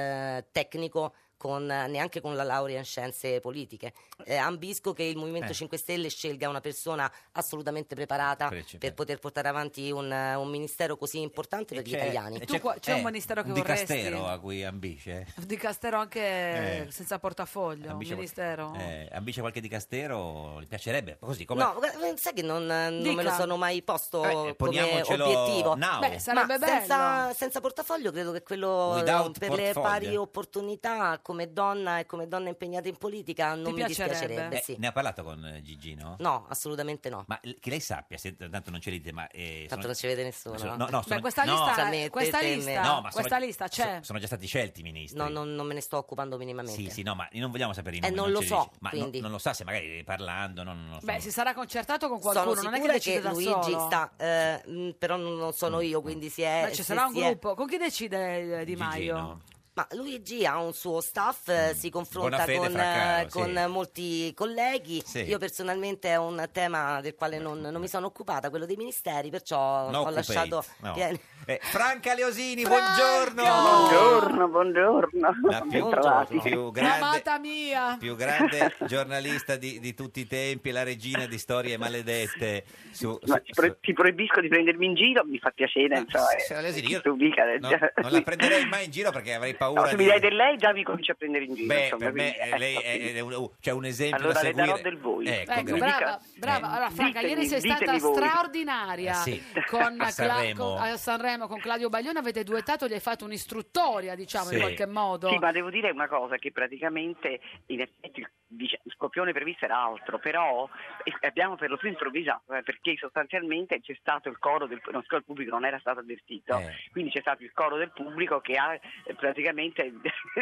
tecnico neanche con la laurea in scienze politiche. Ambisco che il Movimento 5 Stelle scelga una persona assolutamente preparata per poter portare avanti un ministero così importante per gli italiani. C'è un ministero che un vorresti? dicastero a cui ambisce? Dicastero anche senza portafoglio, un Ambisce ministero. ambisce qualche dicastero? Gli piacerebbe? Così come... No, sai che non me lo Dica. sono mai posto come poniamocelo obiettivo. now. Beh, sarebbe bello. senza portafoglio credo che quello Without per le portfolio. pari opportunità come donna e come donna impegnata in politica non mi piacerebbe? dispiacerebbe. Sì. Ne ha parlato con Gigino? No, assolutamente no. Ma che lei sappia, tanto non ce l'idea, ma... Tanto non ci vede nessuno. No, Beh, questa lista c'è. Sono già stati scelti i ministri. No, non me ne sto occupando minimamente. Sì, no, ma non vogliamo sapere i nomi. non lo ce li so, dice. Ma quindi. non lo sa se magari parlando, non lo so. Beh, si sarà concertato con Sono qualcuno, non è che sicura decide che da Luigi solo. sta, però non sono io, quindi si è... Beh, ci sarà un gruppo. Con chi decide Di Maio? Gigino. Ma Luigi ha un suo staff, si confronta Buona fede, fra caro, con sì. molti colleghi. Sì. Io personalmente è un tema del quale non mi sono occupata, quello dei ministeri, perciò ho lasciato... No. Vieni. Franca Leosini, buongiorno! Buongiorno. La più Amata mia! più grande giornalista di tutti i tempi, la regina di storie maledette. Ti proibisco di prendermi in giro, mi fa piacere. Insomma, signora Leosini, io non la prenderei mai in giro perché avrei paura se mi dai del lei già mi comincio a prendere in giro. Beh, insomma, per me quindi, lei è un esempio Allora da le seguire. darò del voi. Ecco, Brava. Allora, Franca, ieri sei stata ditemi voi. straordinaria sì. con A Sanremo. a Sanremo con Claudio Baglione. Avete duettato, gli hai fatto un'istruttoria, diciamo, Sì. in qualche modo. Sì, ma devo dire una cosa, che praticamente in effetti il scopione previsto era altro, però abbiamo per lo più improvvisato, perché sostanzialmente c'è stato il coro del il pubblico non era stato avvertito, quindi c'è stato il coro del pubblico che ha praticamente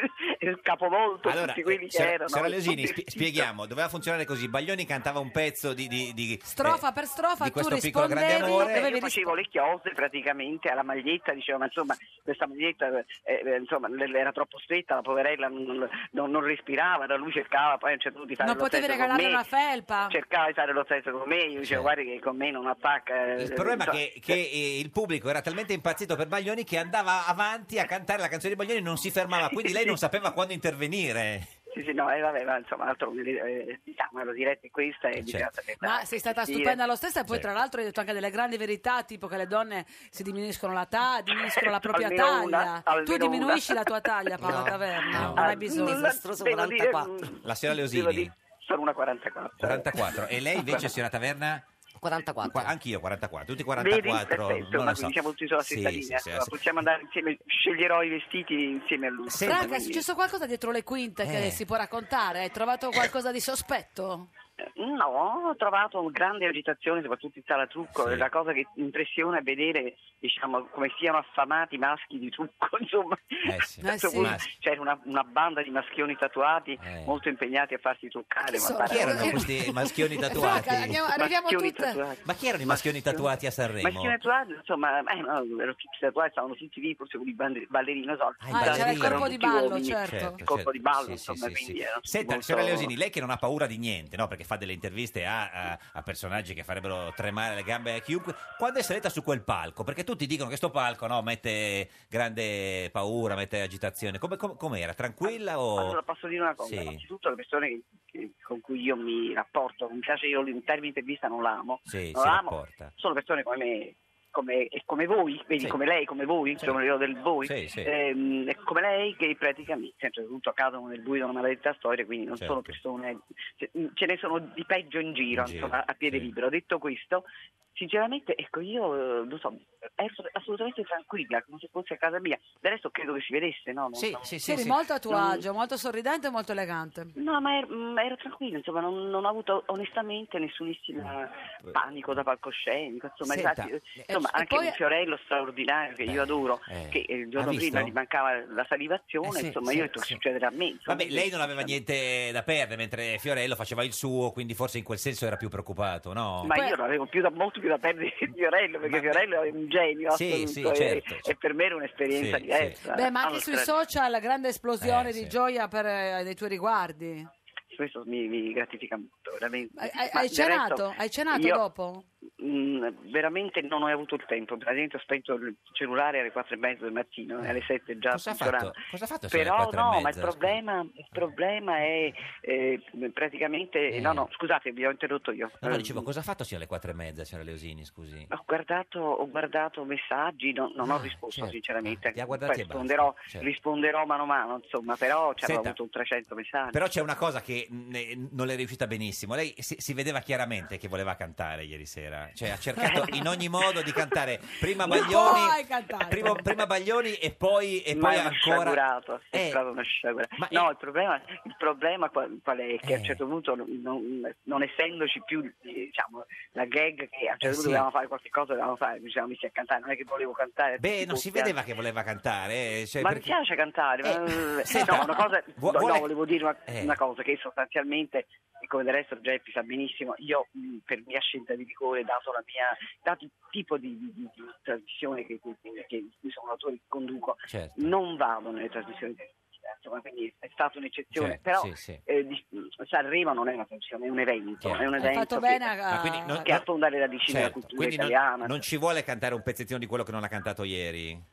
capovolto Allora, tutti quelli che signora erano. Leosini, spieghiamo, doveva funzionare così: Baglioni cantava un pezzo di Strofa per strofa, di tu questo piccolo grande rispondevi, amore. Io facevo le chiose praticamente alla maglietta, dicevo ma insomma questa maglietta insomma era troppo stretta, la poverella non respirava, lui cercava poi a un certo punto di fare non lo potevi stesso con regalarle me, una felpa. cercava di fare lo stesso con me, io dicevo guardi che con me non attacca. Il problema insomma, è che il pubblico era talmente impazzito per Baglioni che andava avanti a cantare la canzone di Baglioni e non si fermava, quindi lei non sapeva quando intervenire. Sì, no, vabbè, ma insomma, altro, diciamo, ero diretta in questa e Certo. Ma sei stata stupenda lo stesso, e poi tra l'altro hai detto anche delle grandi verità, tipo che le donne si diminuiscono diminuiscono la propria taglia. Tu diminuisci la tua taglia, Paola Taverna, non hai bisogno. Disastroso devo dire, 44. La signora Leosini? sono una 44. 44. E lei invece, signora Taverna? 44. Anch'io 44, tutti Vedi? 44. Perfetto, non ma lo so. quindi siamo tutti sulla stessa Sì, linea. sì, Allora, sì. possiamo andare insieme, sceglierò i vestiti insieme a lui. Franca, è successo qualcosa dietro le quinte che si può raccontare? Hai trovato qualcosa di sospetto? No, ho trovato una grande agitazione, soprattutto in sala trucco. Sì. La cosa che impressiona è vedere, diciamo, come siano affamati i maschi di trucco. Insomma, sì. A questo punto c'era una banda di maschioni tatuati molto impegnati a farsi truccare. Chi erano questi maschioni tatuati? Arriviamo Maschioni tutte. tatuati. Ma chi erano i maschioni tatuati a Sanremo? Maschioni tatuati, insomma, erano tutti tatuati, stavano tutti lì, forse con i ballerini, non so. c'era il corpo di ballo, certo. Il corpo di ballo, Sì, insomma, sì, sì, quindi sì. erano Senta, molto- signora Leosini, lei che non ha paura di niente, no? Perché fa delle interviste a personaggi che farebbero tremare le gambe a chiunque. Quando è salita su quel palco? Perché tutti dicono che sto palco, no, mette grande paura, mette agitazione. Com'era? Tranquilla o... Allora, posso dire una cosa, Sì. innanzitutto le persone con cui io mi rapporto, mi piace, io in termini di intervista non l'amo, Sì, non si l'amo, rapporta. sono persone come me, come voi, vedi, Sì. come lei, come voi, insomma io del voi, Sì, sì. come lei che praticamente sempre tutto cadono nel buio di una maledetta storia, quindi non Certo. sono persone, ce ne sono di peggio in giro, insomma, a piede libero. Detto questo, sinceramente, ecco, io lo so, ero assolutamente tranquilla, come se fosse a casa mia. Del resto credo che si vedesse, no? Eri molto a tuo agio, molto sorridente e molto elegante. No, ma ero tranquilla, insomma, non ho avuto onestamente nessunissimo panico da palcoscenico, insomma, Senta, insomma anche poi- un Fiorello straordinario che io adoro, che il giorno ha visto? prima gli mancava la salivazione, Sì, insomma, sì, io ho detto sì. succederà a me. Insomma, Vabbè, lei non aveva niente da perdere, mentre Fiorello faceva il suo, quindi forse in quel senso era più preoccupato, no? Ma io non avevo molto più da perdere di Fiorello, perché Fiorello è un genio Sì, assoluto, sì, certo. e per me era un'esperienza Sì, diversa. Beh, ma anche sui social, grande esplosione di sì. gioia nei tuoi riguardi. Questo mi gratifica molto, veramente. Ma Hai del cenato? resto, Hai cenato io, dopo? veramente non ho avuto il tempo, praticamente ho spento il cellulare alle 4:30 del mattino e alle 7 già Cosa ha funzionava. fatto? Cosa ha fatto se alle Però 4:30? no, ma il problema è praticamente no, scusate, vi ho interrotto io. No, dicevo, cosa ha fatto alle 4:30, signora Leosini, scusi? Ho guardato messaggi, non ho risposto certo. sinceramente. Li ha guardati Poi e basta, certo. risponderò mano a mano, insomma, però ci avevo Senta, avuto un 300 messaggi. Però c'è una cosa che non le è riuscita benissimo. Lei si vedeva chiaramente che voleva cantare ieri sera. Cioè, ha cercato in ogni modo di cantare prima Baglioni, prima Baglioni e poi Ma è uno ancora. sciagurato, è stato uno sciagurato. No, il problema qual è? Che a un certo punto, non essendoci più, diciamo, la gag che a un certo punto dovevamo fare qualche cosa, dovevamo fare, diciamo, a cantare, non è che volevo cantare. Beh, non si vedeva che voleva cantare. Cioè, Ma perché... mi piace cantare, senta, no, una cosa, vuole- volevo dire una cosa che sostanzialmente, come del resto Geppi sa benissimo, io per mia scelta di rigore, dato il tipo di trasmissione che sono l'autore che conduco, Certo. non vado nelle trasmissioni televisive, insomma, quindi è stata un'eccezione, Certo, però sì. Sanremo non è una trasmissione, è un evento, Chiaro. è un Hai evento fatto bene Ma quindi che affonda le radici della certo, cultura quindi italiana. non ci vuole cantare un pezzettino di quello che non ha cantato ieri?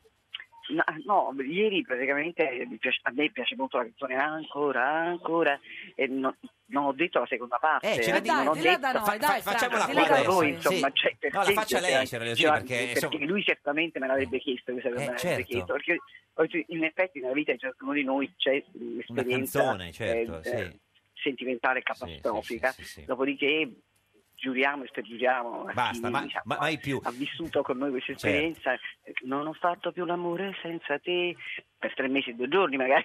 No, ieri praticamente a me piace molto la canzone Ancora, e non ho detto la seconda parte. Ce la dica, non ho dilla detto, da noi, dai, facciamola Franca, qua dilla da adesso. voi, insomma, Sì. cioè, No, la faccia lei, signora Leosini, perché perché lui certamente me l'avrebbe chiesto, certo. perché in effetti nella vita di ciascuno di noi c'è un'esperienza canzone, certo, sì. sentimentale catastrofica, sì. Dopodiché giuriamo e spergiuriamo a Basta, chi, mai più. ha vissuto con noi questa esperienza. Non ho fatto più l'amore senza te per 3 mesi e 2 giorni magari.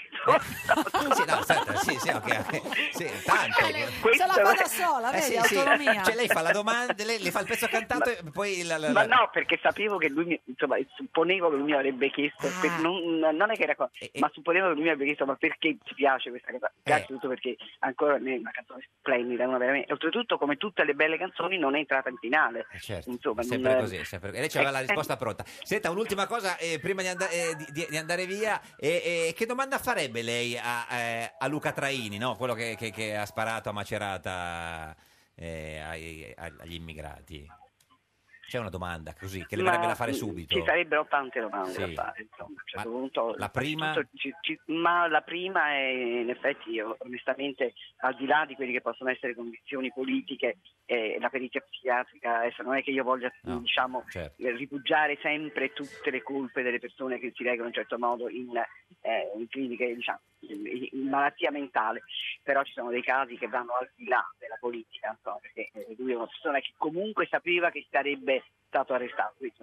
Sì, tanto. Se la fa da sola, vedi, autonomia. Cioè lei fa la domanda, lei le fa il pezzo cantato e poi Ma no, perché sapevo che lui supponevo che lui mi avrebbe chiesto, non è che era cosa, ma supponevo che lui mi avrebbe chiesto ma perché ti piace questa cosa? Innanzitutto perché ancora è una canzone splendida, una veramente. Oltretutto, come tutte le belle canzoni, non è entrata in finale. Certo, insomma, sempre così, sempre. E lei aveva la risposta pronta. Senta, un'ultima cosa prima di andare via, che domanda farebbe lei a Luca Traini, no? Quello che ha sparato a Macerata agli immigrati? C'è una domanda così che le verrebbe da fare subito? Ci sarebbero tante domande Sì. da fare, insomma, a un certo punto, la prima? Ma la prima è, in effetti, io, onestamente, al di là di quelle che possono essere condizioni politiche, la perizia psichiatrica, adesso non è che io voglia ripugiare sempre tutte le colpe delle persone che si legano in un certo modo in cliniche, diciamo, in malattia mentale, però ci sono dei casi che vanno al di là della politica, insomma, perché lui è una persona che comunque sapeva che sarebbe stato arrestato, quindi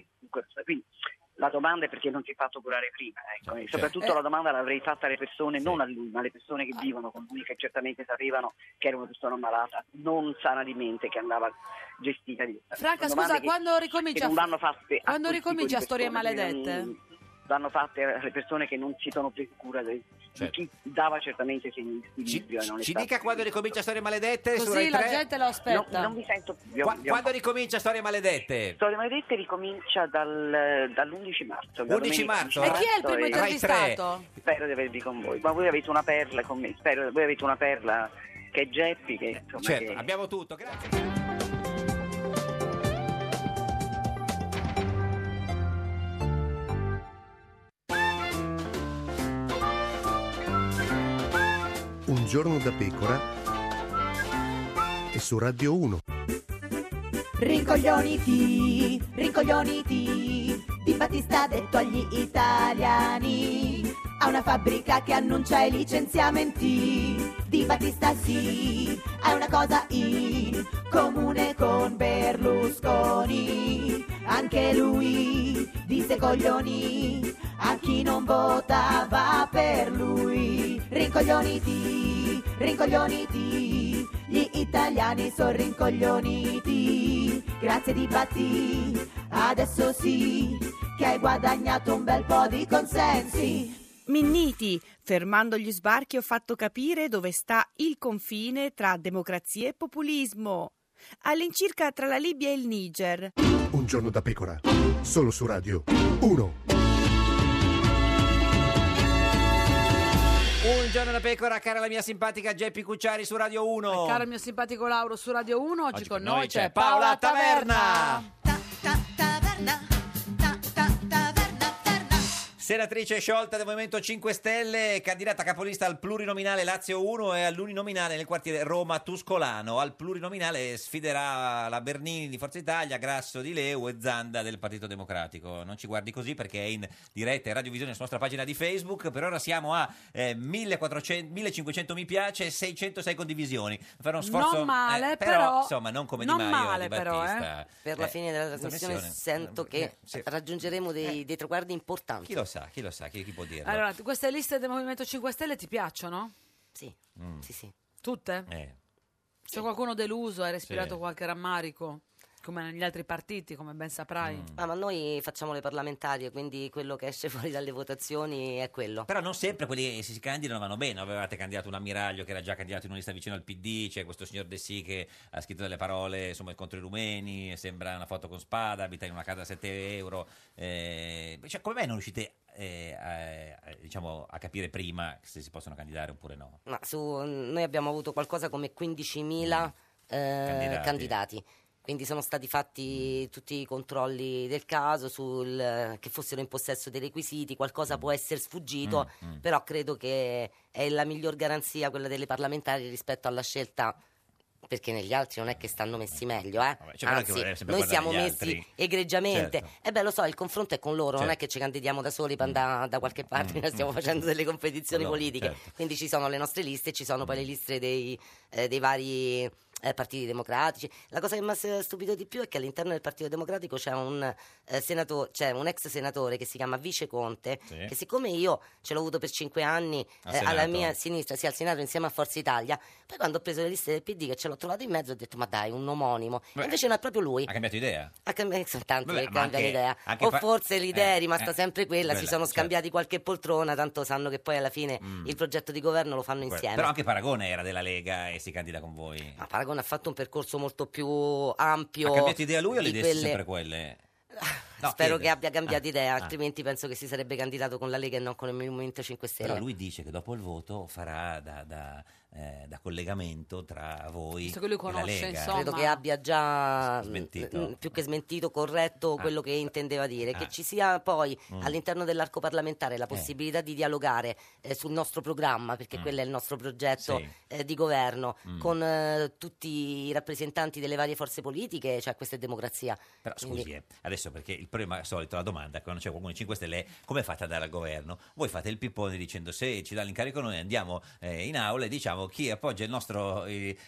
la domanda è perché non si è fatto curare prima, ecco. E soprattutto la domanda l'avrei fatta alle persone, non a lui, ma alle persone che vivono con lui, che certamente sapevano che era una persona malata, non sana di mente, che andava gestita di Franca, scusa, quando ricomincia Storie Maledette? Vanno fatte alle persone che non si sono prese cura di chi dava certamente segni di squilibrio. Ci dica quando ricomincia Storie Maledette. Così su Rai la 3. gente lo aspetta. Non vi sento più. Quando ricomincia Storie Maledette? Storie Maledette ricomincia dall'11 marzo. 11 marzo? E chi è il primo Rai intervistato? Spero di avervi con voi, ma voi avete una perla con me, voi avete una perla che è Geppi, che insomma... Certo, abbiamo tutto, grazie. Un giorno da pecora e su Radio 1. Rincoglioniti, rincoglioniti, Di Battista ha detto agli italiani, ha una fabbrica che annuncia i licenziamenti. Di Battista sì, ha una cosa in comune con Berlusconi, anche lui disse coglioni a chi non votava per lui. Rincoglioniti, rincoglioniti, gli italiani sono rincoglioniti. Grazie Di Batti, adesso sì che hai guadagnato un bel po' di consensi. Minniti, fermando gli sbarchi ho fatto capire dove sta il confine tra democrazia e populismo. All'incirca tra la Libia e il Niger. Un giorno da pecora, solo su Radio 1. Un giorno da pecora, cara la mia simpatica Geppi Cucciari su Radio 1. Caro il mio simpatico Lauro su Radio 1, oggi con noi c'è Paola Taverna. Senatrice sciolta del Movimento 5 Stelle, candidata capolista al plurinominale Lazio 1 e all'uninominale nel quartiere Roma Tuscolano. Al plurinominale sfiderà la Bernini di Forza Italia, Grasso di Leu e Zanda del Partito Democratico. Non ci guardi così perché è in diretta e radiovisione sulla nostra pagina di Facebook. Per ora siamo a 1500 mi piace e 606 condivisioni. Fare uno sforzo, non male, però insomma non come non Di Maio male, Di però, Battista. Per la fine della trasmissione sento che raggiungeremo dei traguardi importanti. Chi lo sa, chi può dirlo? Allora, queste liste del Movimento 5 Stelle ti piacciono? Sì, sì. Tutte? C'è qualcuno deluso? Hai respirato qualche rammarico? Come negli altri partiti, come ben saprai. Ma noi facciamo le parlamentari, quindi quello che esce fuori dalle votazioni è quello. Però non sempre quelli che si candidano vanno bene. Avevate candidato un ammiraglio che era già candidato in una lista vicino al PD, c'è questo signor De Sì che ha scritto delle parole insomma contro i rumeni, sembra una foto con spada, abita in una casa a 7 euro. Cioè, come mai non riuscite a capire prima se si possono candidare oppure no? Ma noi abbiamo avuto qualcosa come 15.000 candidati. Quindi sono stati fatti tutti i controlli del caso che fossero in possesso dei requisiti, qualcosa può essere sfuggito, però credo che è la miglior garanzia quella delle parlamentari rispetto alla scelta, perché negli altri non è che stanno messi meglio, anzi noi siamo messi egregiamente. Certo. Lo so, il confronto è con loro, non è che ci candidiamo da soli per andare da qualche parte, noi stiamo facendo delle competizioni politiche, quindi ci sono le nostre liste, ci sono poi le liste dei vari partiti democratici. La cosa che mi ha stupito di più è che all'interno del Partito Democratico c'è un ex senatore che si chiama Vice Conte, che siccome io ce l'ho avuto per 5 anni alla mia sinistra, al Senato insieme a Forza Italia, poi quando ho preso le liste del PD che ce l'ho trovato in mezzo ho detto ma dai, un omonimo. Invece non è proprio lui. Ha cambiato idea? Sono tanti che cambiano idea, o forse l'idea è rimasta sempre quella, si sono scambiati qualche poltrona, tanto sanno che poi alla fine il progetto di governo lo fanno insieme. Però anche Paragone era della Lega e si candida con voi. Ma Paragone ha fatto un percorso molto più ampio. Ha cambiato idea lui o le idee sono sempre quelle? No, spero che abbia cambiato idea, altrimenti penso che si sarebbe candidato con la Lega e non con il Movimento 5 Stelle. Però lui dice che dopo il voto farà da da collegamento tra voi Visto che lui e la conosce, Lega. insomma. Credo che abbia già Smentito. più che smentito, corretto quello che intendeva dire, che ci sia poi Mm. all'interno dell'arco parlamentare la possibilità di dialogare sul nostro programma, perché quello è il nostro progetto Sì. di governo, Mm. con tutti i rappresentanti delle varie forze politiche, cioè questa è democrazia. Però Quindi- scusi, adesso perché il problema solito, la domanda, quando c'è qualcuno dei 5 Stelle è come fate a dare al governo? Voi fate il pippone dicendo se ci dà l'incarico noi andiamo in aula e diciamo chi appoggia il nostro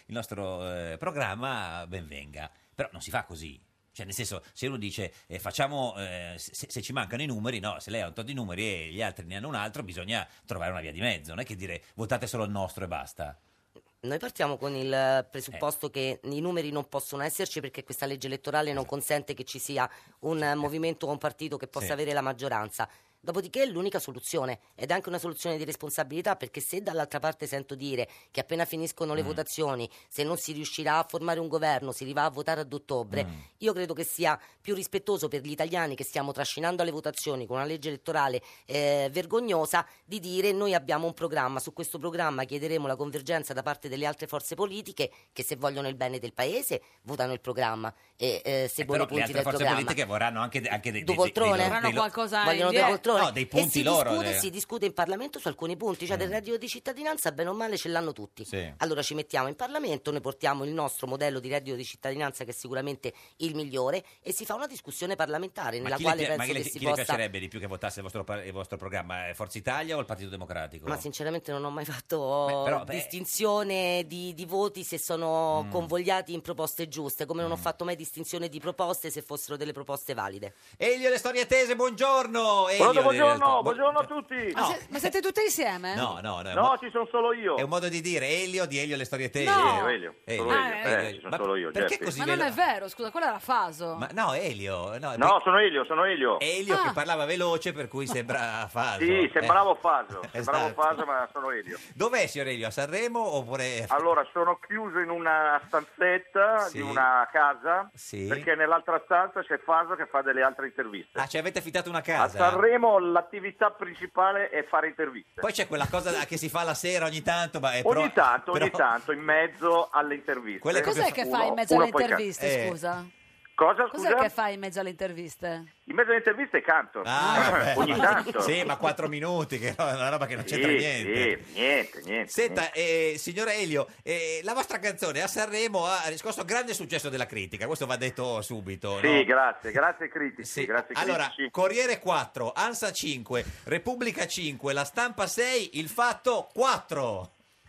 programma ben venga. Però non si fa così. Cioè, nel senso, se uno dice facciamo, se ci mancano i numeri, no, se lei ha un tot di numeri e gli altri ne hanno un altro, bisogna trovare una via di mezzo, non è che dire votate solo il nostro e basta. Noi partiamo con il presupposto che i numeri non possono esserci perché questa legge elettorale non consente che ci sia un movimento o un partito che possa Sì. avere la maggioranza. Dopodiché è l'unica soluzione ed è anche una soluzione di responsabilità, perché se dall'altra parte sento dire che appena finiscono le votazioni, se non si riuscirà a formare un governo, si va a votare ad ottobre, io credo che sia più rispettoso per gli italiani che stiamo trascinando alle votazioni con una legge elettorale vergognosa di dire noi abbiamo un programma, su questo programma chiederemo la convergenza da parte delle altre forze politiche che se vogliono il bene del paese votano il programma e seguono Però i le punti altre del forze programma. politiche vorranno anche Due poltrone? Avranno qualcosa Vogliono in due via- poltrone? No, dei punti e si loro, discute, dei- si discute in Parlamento su alcuni punti, cioè del reddito di cittadinanza bene o male ce l'hanno tutti. Sì. Allora ci mettiamo in Parlamento, noi portiamo il nostro modello di reddito di cittadinanza che è sicuramente il migliore e si fa una discussione parlamentare Ma nella chi, quale le, penso che si chi le possa... piacerebbe di più che votasse il vostro programma? Forza Italia o il Partito Democratico? Ma sinceramente non ho mai fatto però, distinzione di voti se sono convogliati in proposte giuste, come non ho fatto mai distinzione di proposte se fossero delle proposte valide. Elio le storie tese, buongiorno! Buongiorno a tutti. Ma siete tutti insieme? No, No, ci sono solo io. È un modo di dire Elio di Elio le storie tese. No. Elio, Elio. solo Ah, Elio. Ci sono Ma solo io. perché Geppi. così Ma non veloce? è vero, scusa, quello era Faso. Ma no, Elio. No, sono Elio. Elio Ah. che parlava veloce per cui sembra Faso. Sì, sembravo Faso, Esatto. ma sono Elio. Dov'è, signor Elio? A Sanremo oppure... Allora, sono chiuso in una stanzetta Sì. di una casa, Sì. perché nell'altra stanza c'è Faso che fa delle altre interviste. Ah, ci avete affittato una A casa? Sanremo l'attività principale è fare interviste. Poi c'è quella cosa che si fa la sera ogni tanto, ma è Ogni tanto, però- in mezzo alle interviste. Quelle che Cos'è che fai in mezzo alle interviste, scusa? scusa? Cosa, Cos'è scusa? che fai in mezzo alle interviste? In mezzo alle interviste canto. vabbè. Ogni tanto. Sì, ma 4 minuti, che è una roba che non c'entra Sì, niente. sì, niente. Senta, signore Elio, la vostra canzone a Sanremo ha riscosso grande successo della critica, questo va detto subito. Sì, no? grazie critici. Sì. Grazie Allora, critici. Corriere 4, Ansa 5, Repubblica 5, La Stampa 6, Il Fatto 4.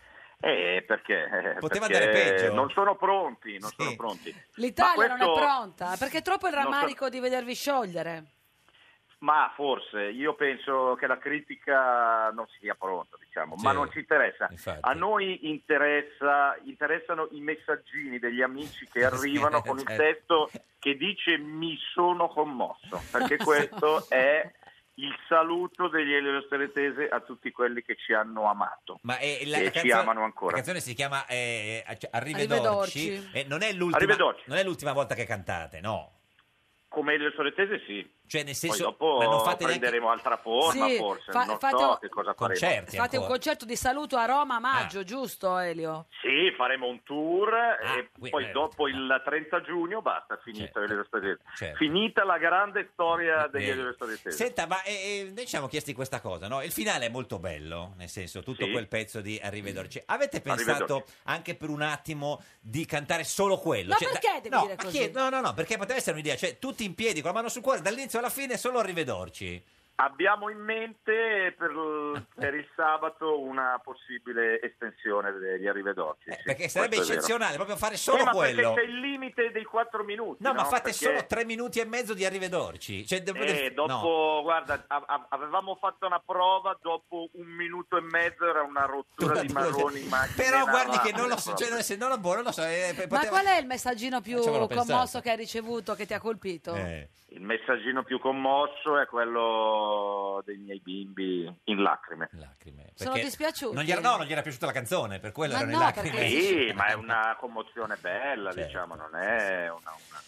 Perché? Poteva Perché andare peggio. Non sono pronti, L'Italia Ma non questo- è pronta, perché è troppo il Non so- rammarico di vedervi sciogliere. Ma forse, io penso che la critica non sia pronta, diciamo, ma Sì, non ci interessa. infatti. A noi interessano i messaggini degli amici che arrivano con il certo. testo che dice mi sono commosso, perché questo è il saluto degli Elio Storie Tese a tutti quelli che ci hanno amato e ci canzone- amano ancora. La canzone si chiama Arrivederci. Arrivederci. Non è Arrivederci. non è l'ultima volta che cantate, no. Come Elio Storie Tese sì. Cioè, nel Poi senso, dopo ma non fate neanche prenderemo altra forma, Sì, forse, non fate so un- che cosa faremo. concerti Fate un ancora. concerto di saluto a Roma a maggio, giusto Elio? Sì, faremo un tour e qui- poi dopo il 30 giugno basta, finito Elio Storie Tese. Certo. Finita la grande storia degli Elio Storie Tese. Senta, ma noi ci siamo chiesti questa cosa, no? Il finale è molto bello, nel senso, tutto Sì. quel pezzo di Arrivederci. Avete pensato Arrivederci. anche per un attimo di cantare solo quello? Ma Cioè, perché devi no, dire ma così? no, perché poteva essere un'idea, cioè tutti in piedi con la mano sul cuore, dall'inizio alla fine solo Arrivederci. Abbiamo in mente per il sabato una possibile estensione degli Arrivederci. sì, Perché sarebbe questo è vero. eccezionale, proprio fare solo ma quello. perché c'è il limite dei 4 minuti. No, ma fate Perché- solo 3 minuti e mezzo di Arrivederci. Cioè, dopo, no. guarda, avevamo fatto una prova, dopo 1 minuto e mezzo era una rottura di marroni in macchina. Però guardi che non lo so. so, cioè, se non lo so. Ma qual è il messaggino più Ci avevo commosso pensato. che hai ricevuto, che ti ha colpito? Il messaggino più commosso è quello dei miei bimbi in lacrime. Sono Perché dispiaciuti? non gli era piaciuta la canzone, per quello Ma erano no, le lacrime. perché- Sì, ma è una commozione bella, Certo. diciamo, non è una brutta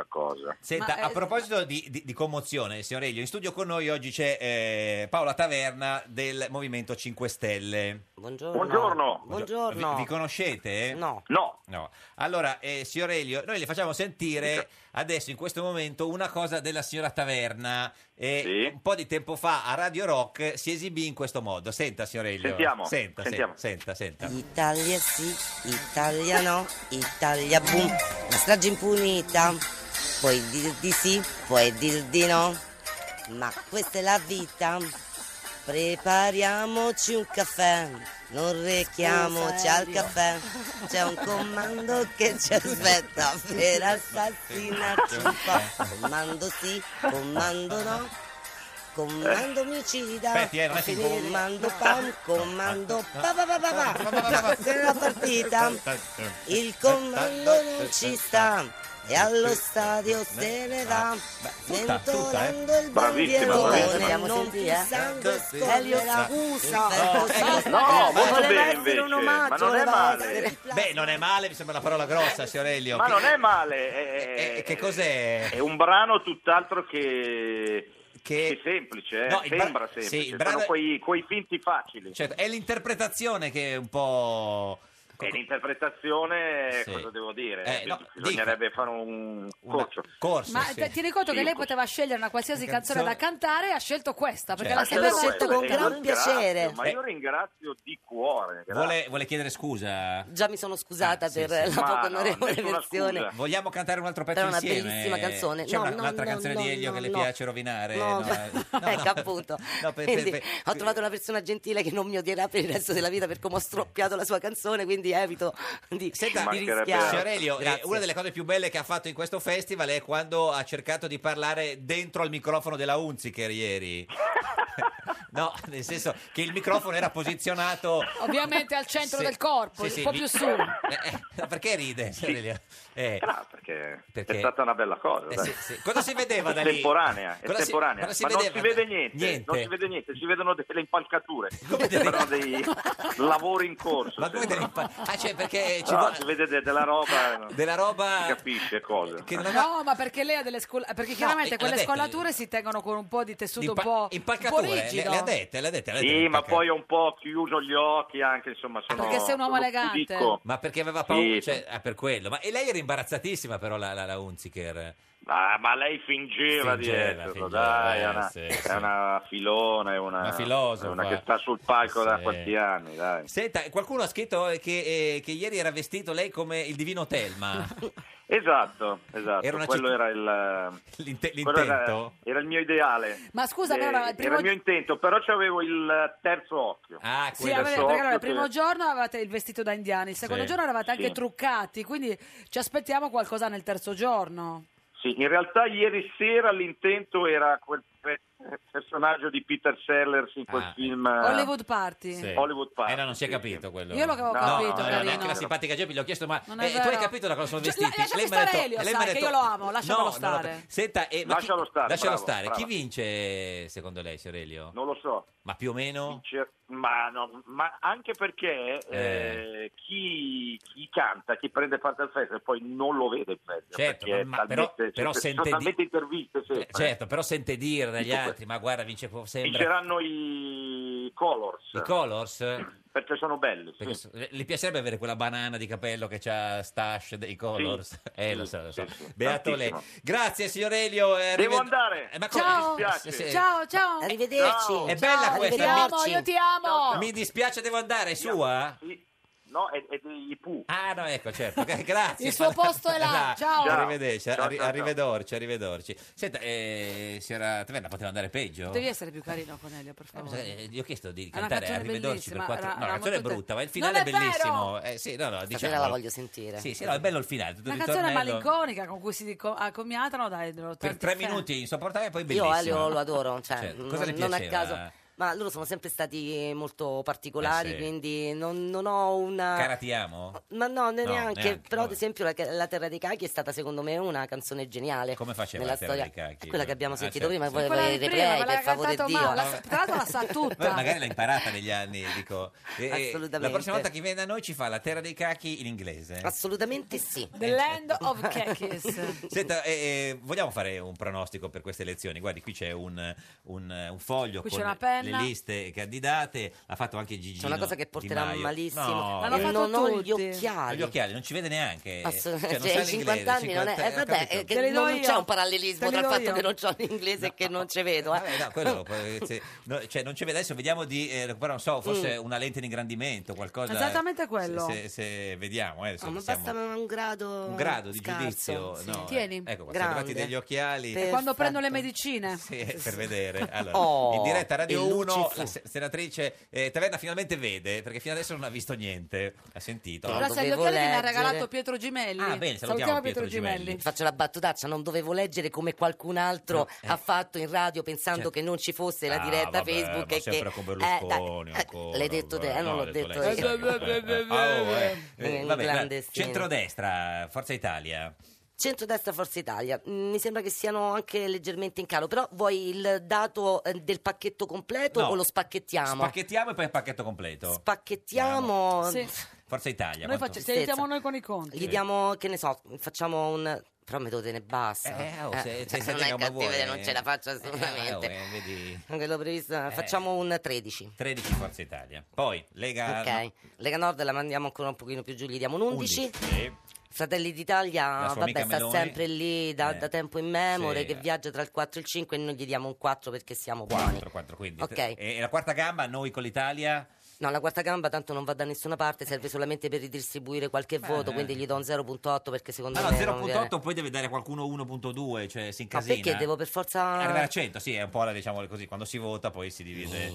brutta cosa. Senta, a proposito di commozione, signor Elio, in studio con noi oggi c'è Paola Taverna del Movimento 5 Stelle. Buongiorno. Vi conoscete? No. No. Allora, signor Elio, noi le facciamo sentire adesso in questo momento una cosa della signora Taverna. Un po' di tempo fa a Radio Rock si esibì in questo modo. Senta, signor Elio. Sentiamo. Senta. Italia sì, Italia no, Italia boom, la strage impunita, puoi dir di sì, puoi dir di no, ma questa è la vita, prepariamoci un caffè, non rechiamoci al caffè, c'è un comando che ci aspetta per assassinarci un po', comando sì, comando no. Comando omicida, Aspetti, non è finito. comando pam, comando pa, se la partita, il comando non ci sta e allo stadio se ne va, sventolando il bandierone, non più sangue scorrerà, No, molto voleva bene essere invece, un omaggio, ma non è voleva male. essere- Beh, non è male, mi sembra una parola grossa, signor Elio. Ma non è male. Che cos'è? È un brano tutt'altro che semplice, No, il sembra bra- semplice. sì, il brano Sono quei finti facili. Certo, è l'interpretazione che è un po'... E l'interpretazione, Sì. cosa devo dire? No, Bisognerebbe fare un corso. Ma tieni conto che lei poteva scegliere una qualsiasi canzone da cantare e ha scelto questa, perché la Certo. sapeva Questo con è gran un piacere. ringrazio, Ma io ringrazio di cuore. grazie. Vuole chiedere scusa? Già mi sono scusata Sì, per sì. la Ma poco no, onorevole nessuna versione. scusa. Vogliamo cantare un altro pezzo Era una insieme? bellissima canzone. C'è No, un'altra no, canzone no, di Elio no, che le no. piace rovinare? No, No, ecco appunto. No, Quindi ho trovato una persona gentile che non mi odierà per il resto della vita per come ho stroppiato la sua canzone, quindi evito di rischiare. Signor Elio, Grazie. una delle cose più belle che ha fatto in questo festival è quando ha cercato di parlare dentro al microfono della Hunziker ieri. No, nel senso che il microfono era posizionato... Ovviamente al centro Sì, del corpo, sì, un po' più su. Perché ride, signor Elio? No, perché Perché? è stata una bella cosa. dai. Cosa si vedeva da È lì? temporanea, è Cosa si- temporanea. cosa si Ma non vedeva? si vede niente, Niente. non si vede niente, si vedono delle impalcature. Però dei lavori in corso. Ma come cioè perché ci No, vuole- si vede della roba, Della roba... si capisce cosa. No, ma perché lei ha delle perché chiaramente l'ha quelle detto. scolature si tengono con un po' di tessuto un po' Impalcature, rigido. le ha dette. Sì, ma poi ho un po' chiuso gli occhi anche, insomma, sono Perché sei un uomo sono elegante. pudico. Ma perché aveva paura? Sì. Cioè, per quello. Ma e lei era imbarazzatissima però la Hunziker. Ma lei fingeva di esserlo, dai, è una filona, è una filosofa. è una che sta sul palco da Sì. quanti anni, dai. Senta, qualcuno ha scritto che ieri era vestito lei come il divino Telma. Esatto, Era una quello citt- era il l'intento? quello era il mio ideale. Ma scusa, però, il primo- era il mio intento, però c'avevo il terzo occhio. Sì, perché allora, il primo giorno avevate il vestito da indiani, il secondo Sì. giorno eravate anche Sì. truccati, quindi ci aspettiamo qualcosa nel terzo giorno. Sì, in realtà ieri sera l'intento era quel personaggio di Peter Sellers in quel film Hollywood Party. Sì. Hollywood Party. non si è capito quello. Io lo avevo capito, carino. neanche la simpatica Geppi, gli ho chiesto, ma Non è tu hai vero. capito da cosa sono Cioè, vestiti? lasciate Lei mi ha stare detto- Elio, lei mi ha sai che detto- io lo amo, lasciamelo No, stare. Senta, ma Lascialo stare, lascialo bravo, stare. bravo. Chi vince secondo lei, signor Elio? Non lo so. Ma più o meno? Ma anche perché chi canta, chi prende parte al festival, poi non lo vede il festival. Certo, perché ma però sono sente talmente interviste sempre. Certo, però sente dire dagli Dico, altri, ma guarda, sembra... Vinceranno i Colors. I Colors? Perché sono belli. Perché sì. le piacerebbe avere quella banana di capello che c'ha stash dei Colors? Lo so. sì. Beato lei. Tantissimo. Grazie signor Elio. Devo andare. Ma come- Ciao. mi dispiace. Ciao. Arrivederci. È bella questa. Ti amo, io ti amo. Mi dispiace, devo andare, è sua? No, è dei Pooh. Ah, no, ecco, certo. Grazie. Il suo posto è là. Ciao. Arrivederci, Ciao, ciao, ciao. arrivederci. Senta, signora Taverna, poteva andare peggio? Devi essere più carino con Elio, per favore. Gli ho chiesto di È una cantare canzone arrivederci per bellissima, 4. era- No, la era canzone è molto- brutta, ma il finale Non è è vero! bellissimo. Sì, no, Stasera diciamo. la voglio sentire. Sì, no, è bello il finale. Tutto Una il canzone ritornello. malinconica con cui si accomiatano dai Per 3 minuti insopportabile, poi bellissimo. Io Elio lo adoro, cioè, Cosa le non a piaceva? caso. Ma loro sono sempre stati molto particolari, sì. quindi non ho una... Cara ti amo? Ma no, neanche. neanche, Però, vabbè. ad esempio, la Terra dei Cachi è stata, secondo me, una canzone geniale. Come faceva nella la Terra storia. dei Cachi? Quella che abbiamo sentito certo, prima, sì. poi Quella il di prima, replay, me per l'ha favore cantato Dio. male. Tra l'altro la sa tutta. Poi magari l'ha imparata negli anni, dico. Assolutamente. La prossima volta che viene da noi ci fa la Terra dei Cachi in inglese. Assolutamente sì. The Land of Cackies. Senta, vogliamo fare un pronostico per queste elezioni? Guardi, qui c'è un foglio Qui con c'è una penna. le liste candidate, l'ha fatto anche Gigino C'è una cosa che porterà Di Maio. malissimo. No, L'hanno che- fatto non ho tutti. gli occhiali. Gli occhiali, non ci vede neanche. Assolutamente. non Cioè, sa ai 50 anni non è. 50 vabbè, capito. che Te li do non io. c'è un parallelismo Te li tra il do fatto io. che non c'ho l'inglese e che non ci vedo. Vabbè, no, quello, cioè, non ci vede adesso, vediamo di recuperare, non so, forse una lente di ingrandimento, qualcosa. Esattamente quello. Se vediamo, adesso No, ma siamo- basta un grado. un grado di scarso, giudizio. sì. No, Tieni. Ecco, qua, siamo Grande. arrivati degli occhiali. E quando prendo le medicine. Sì, per vedere. Allora, Oh, in diretta Radio il 1, Lucifu. la senatrice Taverna finalmente vede, perché fino adesso non ha visto niente, ha sentito. No, Grazie agli dovevo occhiali che mi ha leggere. regalato Pietro Gimelli. Ah, bene, salutiamo Pietro Gimelli. Faccio la battutaccia, non dovevo leggere come qualcun altro ha fatto in radio pensando Certo. che non ci fosse la Ah, diretta vabbè, Facebook ma e sempre che con Berlusconi dai, ancora, l'hai detto te, non no, l'ho l'ho detto lei, io. vabbè, guarda, Clandestino. centrodestra, Forza Italia. Centrodestra Forza Italia, mi sembra che siano anche leggermente in calo, però vuoi il dato del pacchetto completo No. o lo spacchettiamo? Spacchettiamo e poi il pacchetto completo. Spacchettiamo. Sì. Forza Italia. Noi quanto- ci aiutiamo noi con i conti. Gli diamo, che ne so, facciamo un... Però metodo ne basta. se non è come cattiveria, vuoi. non ce la faccio assolutamente. Vedi. Anche l'ho prevista, facciamo un 13. 13 Forza Italia. Poi Lega Ok, Lega Nord la mandiamo ancora un pochino più giù, gli diamo un 11. Sì. Fratelli d'Italia, La sua vabbè, amica sta Meloni. sempre lì da tempo in memore, Sì. che viaggia tra il 4 e il 5 e noi gli diamo un 4 perché siamo buoni. 4, quindi. Ok. E la quarta gamba, noi con l'Italia? No, la quarta gamba tanto non va da nessuna parte, serve solamente per ridistribuire qualche voto, quindi gli do un 0.8 perché secondo No, me 0.8 poi deve dare a qualcuno 1.2, cioè si Ma incasina. perché devo per forza... Arrivare a 100, sì, è un po' diciamo così, quando si vota poi si divide.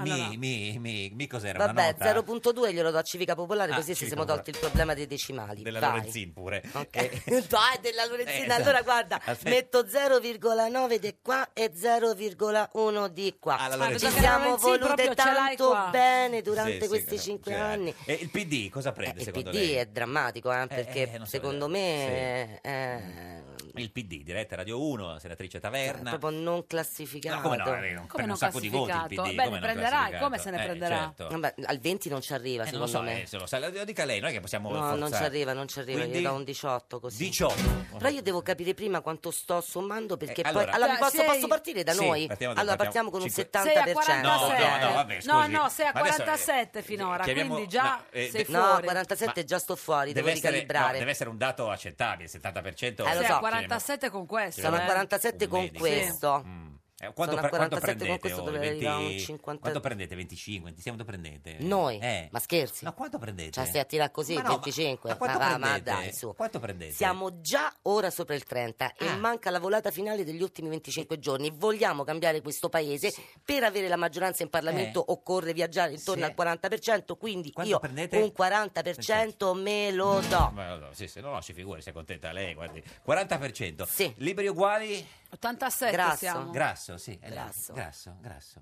Mi cos'era? Vabbè, una nota 0.2 glielo do a Civica Popolare, Ah, così ci Civica siamo tolti il problema dei decimali. della Vai. Lorenzin pure. Ok. Dai, della Lorenzina, esatto. allora guarda, Aspetta. metto 0,9 di qua e 0,1 di qua. Ah, la Ci Lorenzin. siamo Lorenzin proprio volute ce l'hai tanto qua. bene durante Sì, questi sì, 5 sì. anni. E il PD cosa prende Il secondo PD lei? è drammatico, perché non so, secondo me Il PD, diretta Radio 1, senatrice è Taverna. proprio non classificato. No, come no? Prende un sacco di voti il PD. Beh, come ne non prenderai, classificato? come se ne prenderà? Certo. Vabbè, al 20 non ci arriva, Non lo secondo so, me. se lo sa, lo dica lei, non è che possiamo No, non ci forzare. arriva, non ci arriva, Quindi? io do un 18 così. 18. Però io devo capire prima quanto sto sommando perché allora- poi allora, Cioè, posso partire da Sì, noi? partiamo Allora partiamo con un 50. 70%. No, vabbè, scusi. No, sei a Ma adesso, 47 finora, chiamiamo- quindi già no, sei No, fuori. 47 già sto fuori, devo deve essere, ricalibrare. no, deve essere un dato accettabile, 70%. lo Sei so. a 47 con questo. Sono a 47 con medico. questo. Quanto, Sono a quanto 47 con prendete? questo, oh? dovrei arrivare a un 20 50. Quanto prendete? 25? Quanto prendete? Noi? Ma scherzi? Ma quanto prendete? Cioè stai a tirare così, Ma no, 25? ma quanto ma prendete? dai, su. Quanto prendete? Siamo già ora sopra il 30 e manca la volata finale degli ultimi 25 giorni. Vogliamo cambiare questo paese. Per avere la maggioranza in Parlamento occorre viaggiare intorno al 40%, quindi Quanto io prendete? un 40% me lo do. Ma no, sì, no, si figuri, sei contenta lei, guardi. 40%. Sì. Liberi uguali? 87 Grasso. siamo. Grasso, sì. Grasso. Grasso.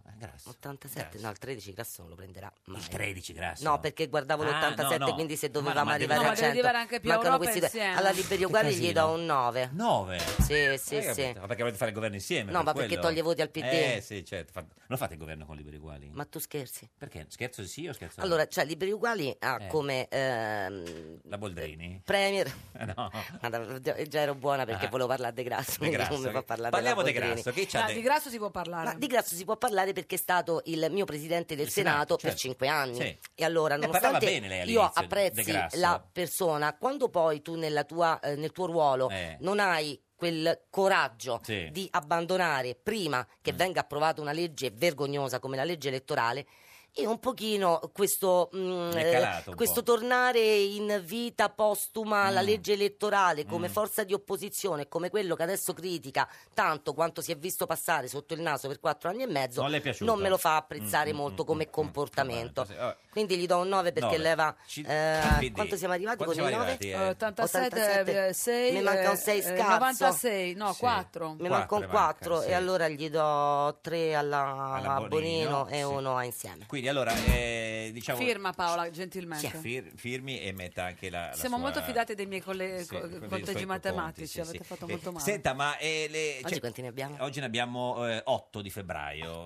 87, no, il 13 grasso non lo prenderà mai. Il 13 grasso? No, perché guardavo l'87, no, no. quindi se Ma dovevamo no, arrivare no, a ma 100 devi arrivare anche più mancano Europa questi due. insieme. Alla Liberi Che Uguali gli casino. do un 9. 9? Sì, sì, Hai sì. capito? Ma perché volete fare il governo insieme? No, per ma perché quello? toglie voti al PD? Sì, certo. Non fate il governo con Liberi Uguali? Ma tu scherzi? Perché? Scherzo sì o scherzo no? Allora, cioè, Liberi Uguali ha come La Boldrini? premier... No. Guarda, già ero buona perché volevo parlare di Grasso, De quindi Grasso. non mi fa parlare Parliamo della di Boldrini. Grasso. Che c'ha Di Grasso si può parlare. Ma di Grasso si può parlare perché è stato il mio presidente del Il Senato, Senato per certo. 5 anni. Sì. E allora, parlava nonostante bene lei io all'inizio, De apprezzi Grasso. la persona, quando poi tu nel tuo ruolo non hai quel coraggio Sì. di abbandonare prima che venga approvata una legge vergognosa come la legge elettorale, Io un pochino questo, calato un questo po'. tornare in vita postuma alla legge elettorale come forza di opposizione, come quello che adesso critica tanto quanto si è visto passare sotto il naso per 4 anni e mezzo, Non le è piaciuto? non me lo fa apprezzare molto come comportamento. Quindi gli do un 9 perché 9. leva... PD. quanto siamo arrivati Quanto con il siamo 9? arrivati, 87, 6, Mi manca un 6 scarso. 96, no, 4. Mi manca un 4 e allora gli do 3 Alla a Bonino e sì. 1 a Insieme. Quindi allora, diciamo... Firma Paola, gentilmente. Firmi e metta anche la Siamo sua- molto fidati dei miei Sì, dei conteggi suoi matematici, conti, sì, avete sì. fatto molto male. Senta, ma Oggi quanti ne abbiamo? Oggi ne abbiamo 8 di febbraio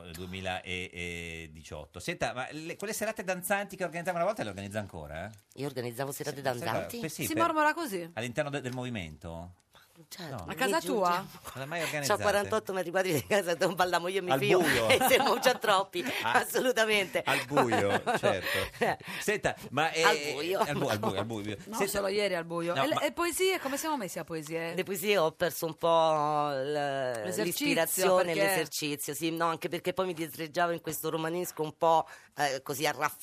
2018. Senta, ma quelle serate danzanti che organizzava una volta le organizza ancora? Io organizzavo serate danzanti? Sì, Si per- mormora così? All'interno del movimento? Certo. No. A casa tua? Non l'hai mai C'ho organizzata? 48 metri quadri di casa, non balliamo io e mio Al figlio buio? e siamo già troppi, Ah. assolutamente. Al buio, certo. Senta, ma Al buio. al buio. No, Senta- solo ieri al buio. No, e, ma- e poesie, come siamo messi a poesie? Le poesie ho perso un po' l'ispirazione e perché? l'esercizio, sì, no, anche perché poi mi destreggiavo in questo romanesco un po' così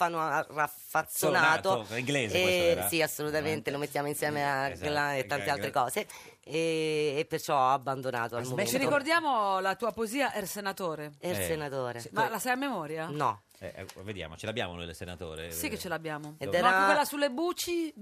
raffazzonato. Sonato, inglese questo era? Sì, assolutamente, lo mettiamo insieme a Esatto. Gla e tante altre cose e perciò ho abbandonato al momento. Ci ricordiamo la tua poesia Er Senatore? Senatore. Ma la sai a memoria? No. Vediamo, ce l'abbiamo noi il senatore? Sì che ce l'abbiamo. Ed Ma era- anche quella sulle bucie?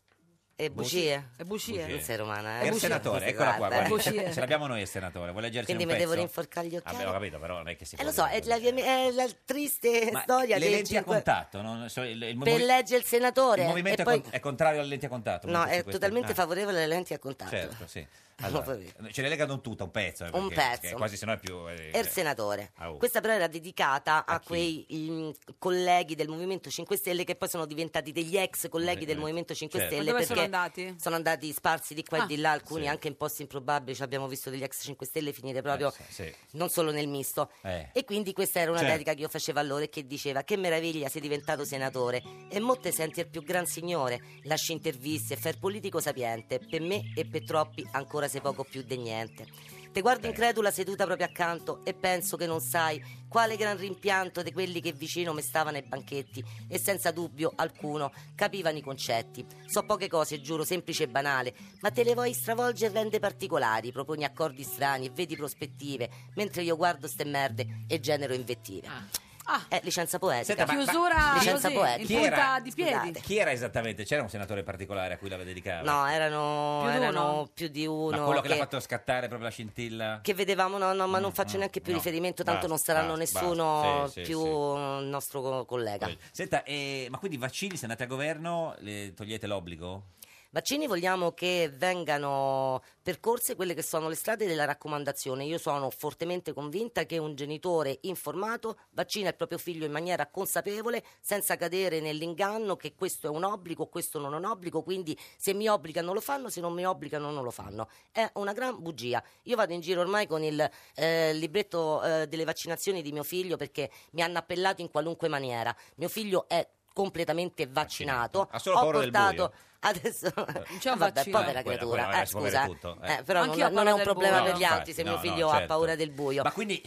E bugie? E bucie. Non sei romana, È il senatore, eccola qua, Guarda. guardi. Ce l'abbiamo noi il senatore, vuole leggerci Quindi un mi pezzo? devo rinforcare gli occhiali? Vabbè, ho capito, però non è che si può Lo so, è la triste Ma storia le dei lenti a 5 contatto, non so, il per leggere il senatore il movimento e poi... è contrario alle lenti a contatto. No, è Questo- totalmente ah, favorevole alle lenti a contatto. Certo, sì. Allora, ce le legano tutta, un pezzo. Un perché pezzo. quasi sennò è più... Er Senatore. Ah, oh. Questa però era dedicata a quei colleghi del Movimento 5 Stelle che poi sono diventati degli ex colleghi del Movimento 5 Certo. Stelle. Ma dove perché sono andati? sono andati sparsi di qua e Ah. di là, alcuni Sì. anche in posti improbabili. Ci abbiamo visto degli ex 5 Stelle finire proprio sì. non solo nel misto. E quindi questa era una Certo. dedica che io facevo a loro e che diceva: che meraviglia, sei diventato senatore e mo te senti il più gran signore, lasci interviste e fai il politico sapiente, per me e per troppi ancora sei poco più di niente. Te guardo incredula seduta proprio accanto e penso che non sai quale gran rimpianto di quelli che vicino me stavano ai banchetti e senza dubbio alcuno capivano i concetti. So poche cose, giuro, semplice e banale, ma te le vuoi stravolgere e rende particolari, proponi accordi strani e vedi prospettive, mentre io guardo ste merde e genero invettive. Licenza poetica. Senta, ma- Chiusura licenza così, poetica. in punta di piedi. Scusate. Chi era esattamente? C'era un senatore particolare a cui la dedicava? No, erano Più di uno? più di uno. Ma quello che l'ha fatto scattare proprio la scintilla? che vedevamo, no, ma non faccio neanche più no. riferimento, tanto non Basta, saranno basta, nessuno basta. Sì, più sì. nostro collega. Senta, ma quindi vaccini, se andate a governo, le togliete l'obbligo? Vaccini vogliamo che vengano percorse quelle che sono le strade della raccomandazione. Io sono fortemente convinta che un genitore informato vaccina il proprio figlio in maniera consapevole, senza cadere nell'inganno che questo è un obbligo, questo non è un obbligo, quindi se mi obbligano lo fanno, se non mi obbligano non lo fanno. È una gran bugia. Io vado in giro ormai con il libretto delle vaccinazioni di mio figlio perché mi hanno appellato in qualunque maniera. Mio figlio è completamente vaccinato. Ha solo paura del buio. Adesso c'è un vabbè, vaccino. povera Quella creatura, adesso può avere scusa, tutto, però Anch'io ho non è paura un del problema buio. per gli No, altri se infatti, mio no, figlio no, ha certo. paura del buio. Ma quindi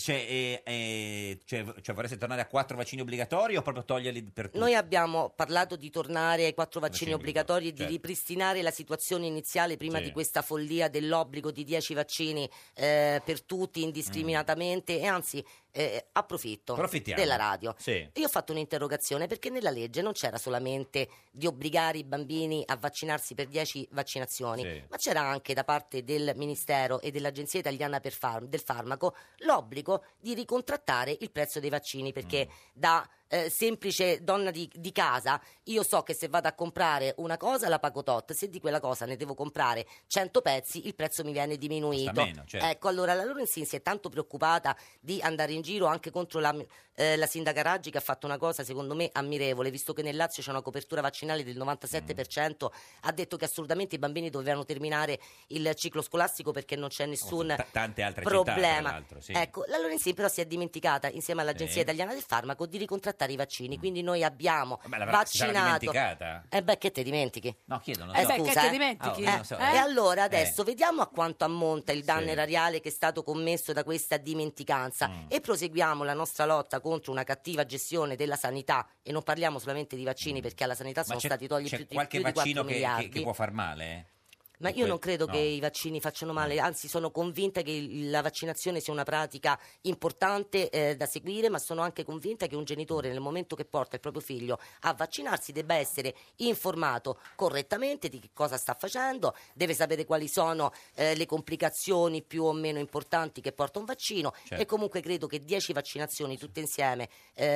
vorreste tornare a 4 vaccini obbligatori o proprio toglierli per tutti? Noi abbiamo parlato di tornare ai 4 vaccini Vaccini obbligatori e di certo. ripristinare la situazione iniziale prima Sì. di questa follia dell'obbligo di 10 vaccini per tutti indiscriminatamente e anzi approfitto Approfittiamo. della radio. Sì. Io ho fatto un'interrogazione perché nella legge non c'era solamente di obbligare i bambini a vaccinarsi per 10 vaccinazioni, Sì. ma c'era anche da parte del Ministero e dell'Agenzia Italiana del Farmaco l'obbligo di ricontrattare il prezzo dei vaccini perché da semplice donna di casa io so che se vado a comprare una cosa la pago tot, se di quella cosa ne devo comprare 100 pezzi il prezzo mi viene diminuito. Costa meno, certo. Ecco, allora la Lorenzin si è tanto preoccupata di andare in giro anche contro la sindaca Raggi che ha fatto una cosa secondo me ammirevole, visto che nel Lazio c'è una copertura vaccinale del 97%, ha detto che assolutamente i bambini dovevano terminare il ciclo scolastico perché non c'è nessun Tante altre città, tra problema. l'altro, sì. Ecco, la Lorenzin però si è dimenticata insieme all'Agenzia Sì. Italiana del Farmaco di ricontrattare portare i vaccini, quindi noi abbiamo Ma l'avrà si sarà vaccinato. dimenticata? Che te dimentichi? No, chiedo, non Eh, so. scusa, che te eh. dimentichi? non so. E allora adesso vediamo a quanto ammonta il danno erariale che è stato commesso da questa dimenticanza e proseguiamo la nostra lotta contro una cattiva gestione della sanità, e non parliamo solamente di vaccini perché alla sanità sono stati tolti c'è più qualche di 4 vaccino miliardi. che può far male? Ma io non credo che i vaccini facciano male, anzi sono convinta che la vaccinazione sia una pratica importante da seguire, ma sono anche convinta che un genitore nel momento che porta il proprio figlio a vaccinarsi debba essere informato correttamente di che cosa sta facendo, deve sapere quali sono le complicazioni più o meno importanti che porta un vaccino e comunque credo che 10 vaccinazioni tutte insieme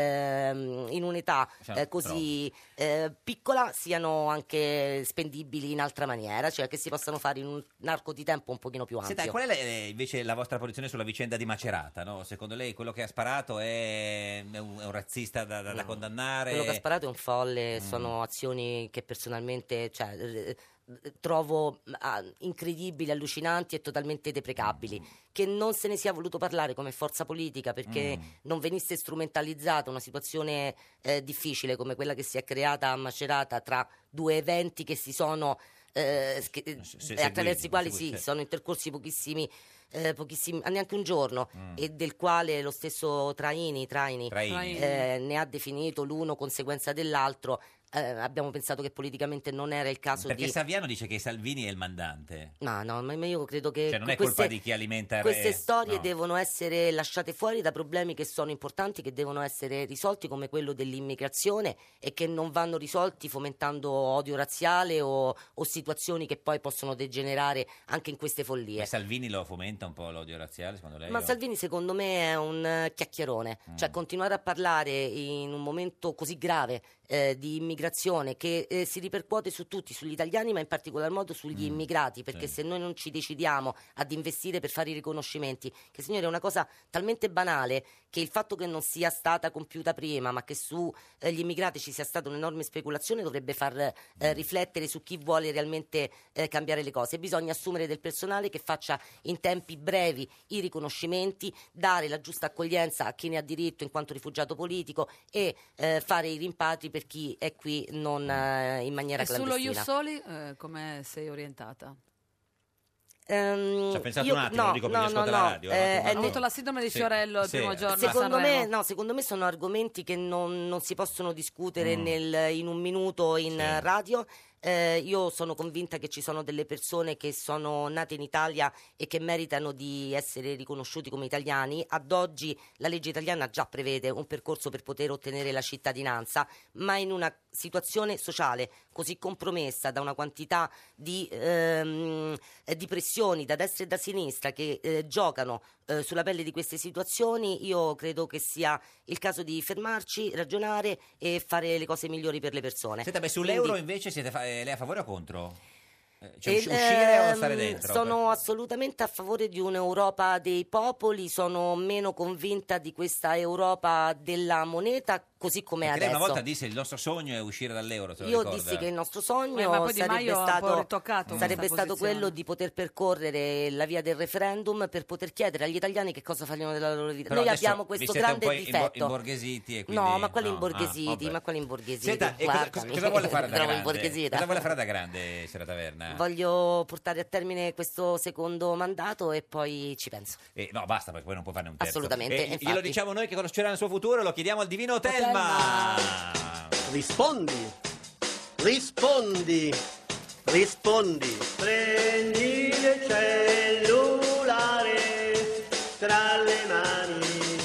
in un'età così piccola siano anche spendibili in altra maniera, cioè che si possano fare in un arco di tempo un pochino più ampio. Senta, qual è invece la vostra posizione sulla vicenda di Macerata? No? Secondo lei quello che ha sparato è un razzista da condannare? Quello che ha sparato è un folle, sono azioni che personalmente trovo incredibili, allucinanti e totalmente deprecabili. Che non se ne sia voluto parlare come forza politica perché non venisse strumentalizzata una situazione difficile come quella che si è creata a Macerata tra due eventi che si sono attraverso i quali sono intercorsi pochissimi, neanche un giorno, e del quale lo stesso Traini ne ha definito l'uno conseguenza dell'altro. Abbiamo pensato che politicamente non era il caso Perché Saviano dice che Salvini è il mandante. ma io credo che Cioè non è colpa di chi alimenta queste storie devono essere lasciate fuori da problemi che sono importanti, che devono essere risolti, come quello dell'immigrazione, e che non vanno risolti fomentando odio razziale o situazioni che poi possono degenerare anche in queste follie. Ma Salvini lo fomenta un po' l'odio razziale, secondo lei? Ma Salvini secondo me è un chiacchierone, cioè continuare a parlare in un momento così grave di immigrazione che si ripercuote su tutti, sugli italiani ma in particolar modo sugli immigrati, perché se noi non ci decidiamo ad investire per fare i riconoscimenti, che signore è una cosa talmente banale che il fatto che non sia stata compiuta prima ma che su gli immigrati ci sia stata un'enorme speculazione dovrebbe far riflettere su chi vuole realmente cambiare le cose. Bisogna assumere del personale che faccia in tempi brevi i riconoscimenti, dare la giusta accoglienza a chi ne ha diritto in quanto rifugiato politico e fare i rimpatri per chi è qui non in maniera E sullo clandestina. Ius Soli come sei orientata? Ci ha pensato un attimo, lo dico per chi ascolta la radio. Ho avuto la sindrome di Fiorello il primo giorno a Sanremo. Secondo me sono argomenti che non si possono discutere in un minuto in radio. Io sono convinta che ci sono delle persone che sono nate in Italia e che meritano di essere riconosciuti come italiani. Ad oggi la legge italiana già prevede un percorso per poter ottenere la cittadinanza, ma in una situazione sociale così compromessa da una quantità di pressioni da destra e da sinistra che giocano sulla pelle di queste situazioni, io credo che sia il caso di fermarci, ragionare e fare le cose migliori per le persone. Senta, sull'euro invece siete lei a favore o contro? Cioè, uscire o stare dentro? Sono assolutamente a favore di un'Europa dei popoli, sono meno convinta di questa Europa della moneta così come Perché adesso. lei una volta disse il nostro sogno è uscire dall'euro, se lo Io ricorda? dissi che il nostro sogno ma poi Di sarebbe Maio ha un po' stato, ritoccato sarebbe questa stato posizione. quello di poter percorrere la via del referendum per poter chiedere agli italiani che cosa fagliano della loro vita. Però Noi adesso abbiamo vi questo siete grande un po' difetto. imborghesiti e quindi... No, ma quelli no, imborghesiti, vabbè. ma quelli imborghesiti. Senta, e cosa vuole fare da Trovo grande? imborghesita. Cosa vuole fare da grande, signora Taverna? Voglio portare a termine questo secondo mandato e poi ci penso. No, basta, perché poi non può farne un terzo. Assolutamente, Glielo infatti. diciamo noi che conoscerà il suo futuro, lo chiediamo al divino Telma. Rispondi, rispondi, rispondi. Prendi il cellulare tra le mani.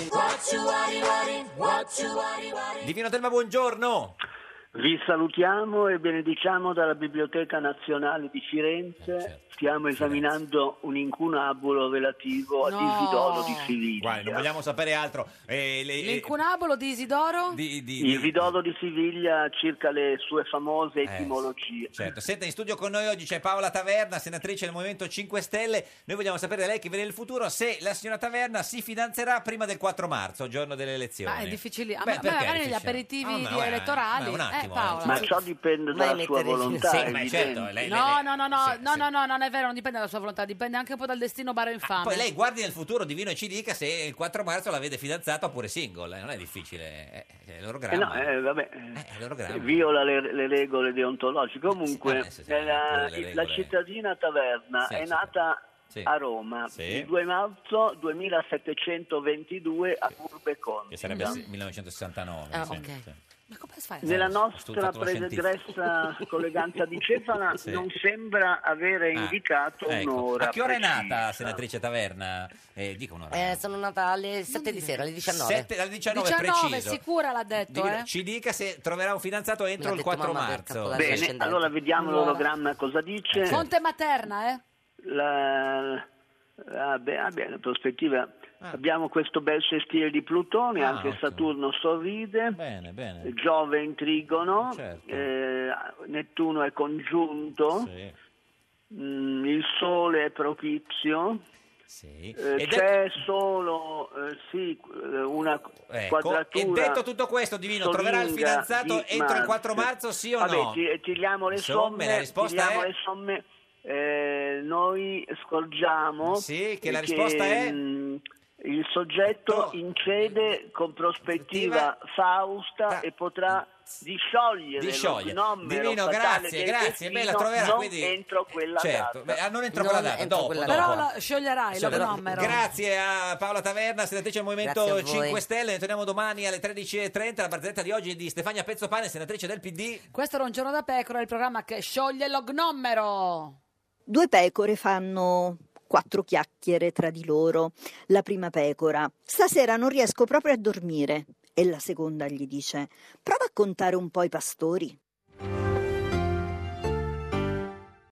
Divino Telma, buongiorno. Vi salutiamo e benediciamo dalla Biblioteca Nazionale di Firenze. Stiamo esaminando un incunabulo relativo ad Isidoro di Siviglia. Guardi, non vogliamo sapere altro. L'incunabolo di Isidoro? Isidoro di Siviglia circa le sue famose etimologie. Certo. Senta, in studio con noi oggi c'è Paola Taverna, senatrice del Movimento 5 Stelle. Noi vogliamo sapere da lei che vede il futuro se la signora Taverna si fidanzerà prima del 4 marzo, giorno delle elezioni. Ma è difficile. Beh, perché è magari negli difficile? aperitivi Ma elettorali. attimo. Paola. Ma ciò dipende Mai dalla sua mettere volontà. Sì, è ma evidente. certo, No, non è vero, non dipende dalla sua volontà, dipende anche un po' dal destino Bara infame. Poi lei guardi nel futuro divino e ci dica se il 4 marzo la vede fidanzata oppure single, non è difficile, è il loro gramma. vabbè, È il loro gramma. viola le regole deontologiche. Comunque, sì, la regole. cittadina Taverna Sì, è sì. nata Sì. a Roma Sì. il 2 marzo 2722 a Curbe Conti. Che sarebbe 1969. Ah, sì, ok. sì. Ma come fai? Nella studiato nostra la scientifica. pregressa colleganza di Cefala Sì. non sembra avere indicato Ecco. un'ora A che ora è precisa. nata, senatrice Taverna? Dica un'ora. Sono nata alle 7 di sera, alle 19. 7 alle 19, 19, preciso. sicura l'ha detto, Ci dica se troverà un fidanzato entro L'ha il detto 4 mamma del marzo. Capodanno. Bene, Ascendente. allora vediamo Allora. l'ologramma cosa dice. Fonte materna, Bene, prospettiva. Abbiamo questo bel sestile di Plutone, anche ottimo. Saturno sorride, Bene, bene. Giove in trigono, Certo. Nettuno è congiunto, Sì. il Sole è propizio, Sì. c'è solo una E quadratura. detto tutto questo, Divino, troverà il solinga fidanzato di entro il Marte. 4 marzo, sì o Vabbè, no? tiriamo le Somme, la risposta è? le somme. Noi scorgiamo Sì, che la risposta è? Il soggetto incede con prospettiva fausta e potrà disciogliere Di sciogliere. lo gnomero Divino, fatale grazie, del grazie. Beh, la destino troverà, non quindi... entro quella Certo, data. non entro quella data, dopo. Però la scioglierai lo gnomero. Grazie a Paola Taverna, senatrice del Movimento Grazie a voi. 5 Stelle. Ne torniamo domani alle 13.30. La barzelletta di oggi è di Stefania Pezzopane, senatrice del PD. Questo era Un giorno da pecora, il programma che scioglie lo gnomero. 2 pecore fanno 4 chiacchiere tra di loro. La prima pecora: stasera non riesco proprio a dormire. E la seconda gli dice: prova a contare un po' i pastori.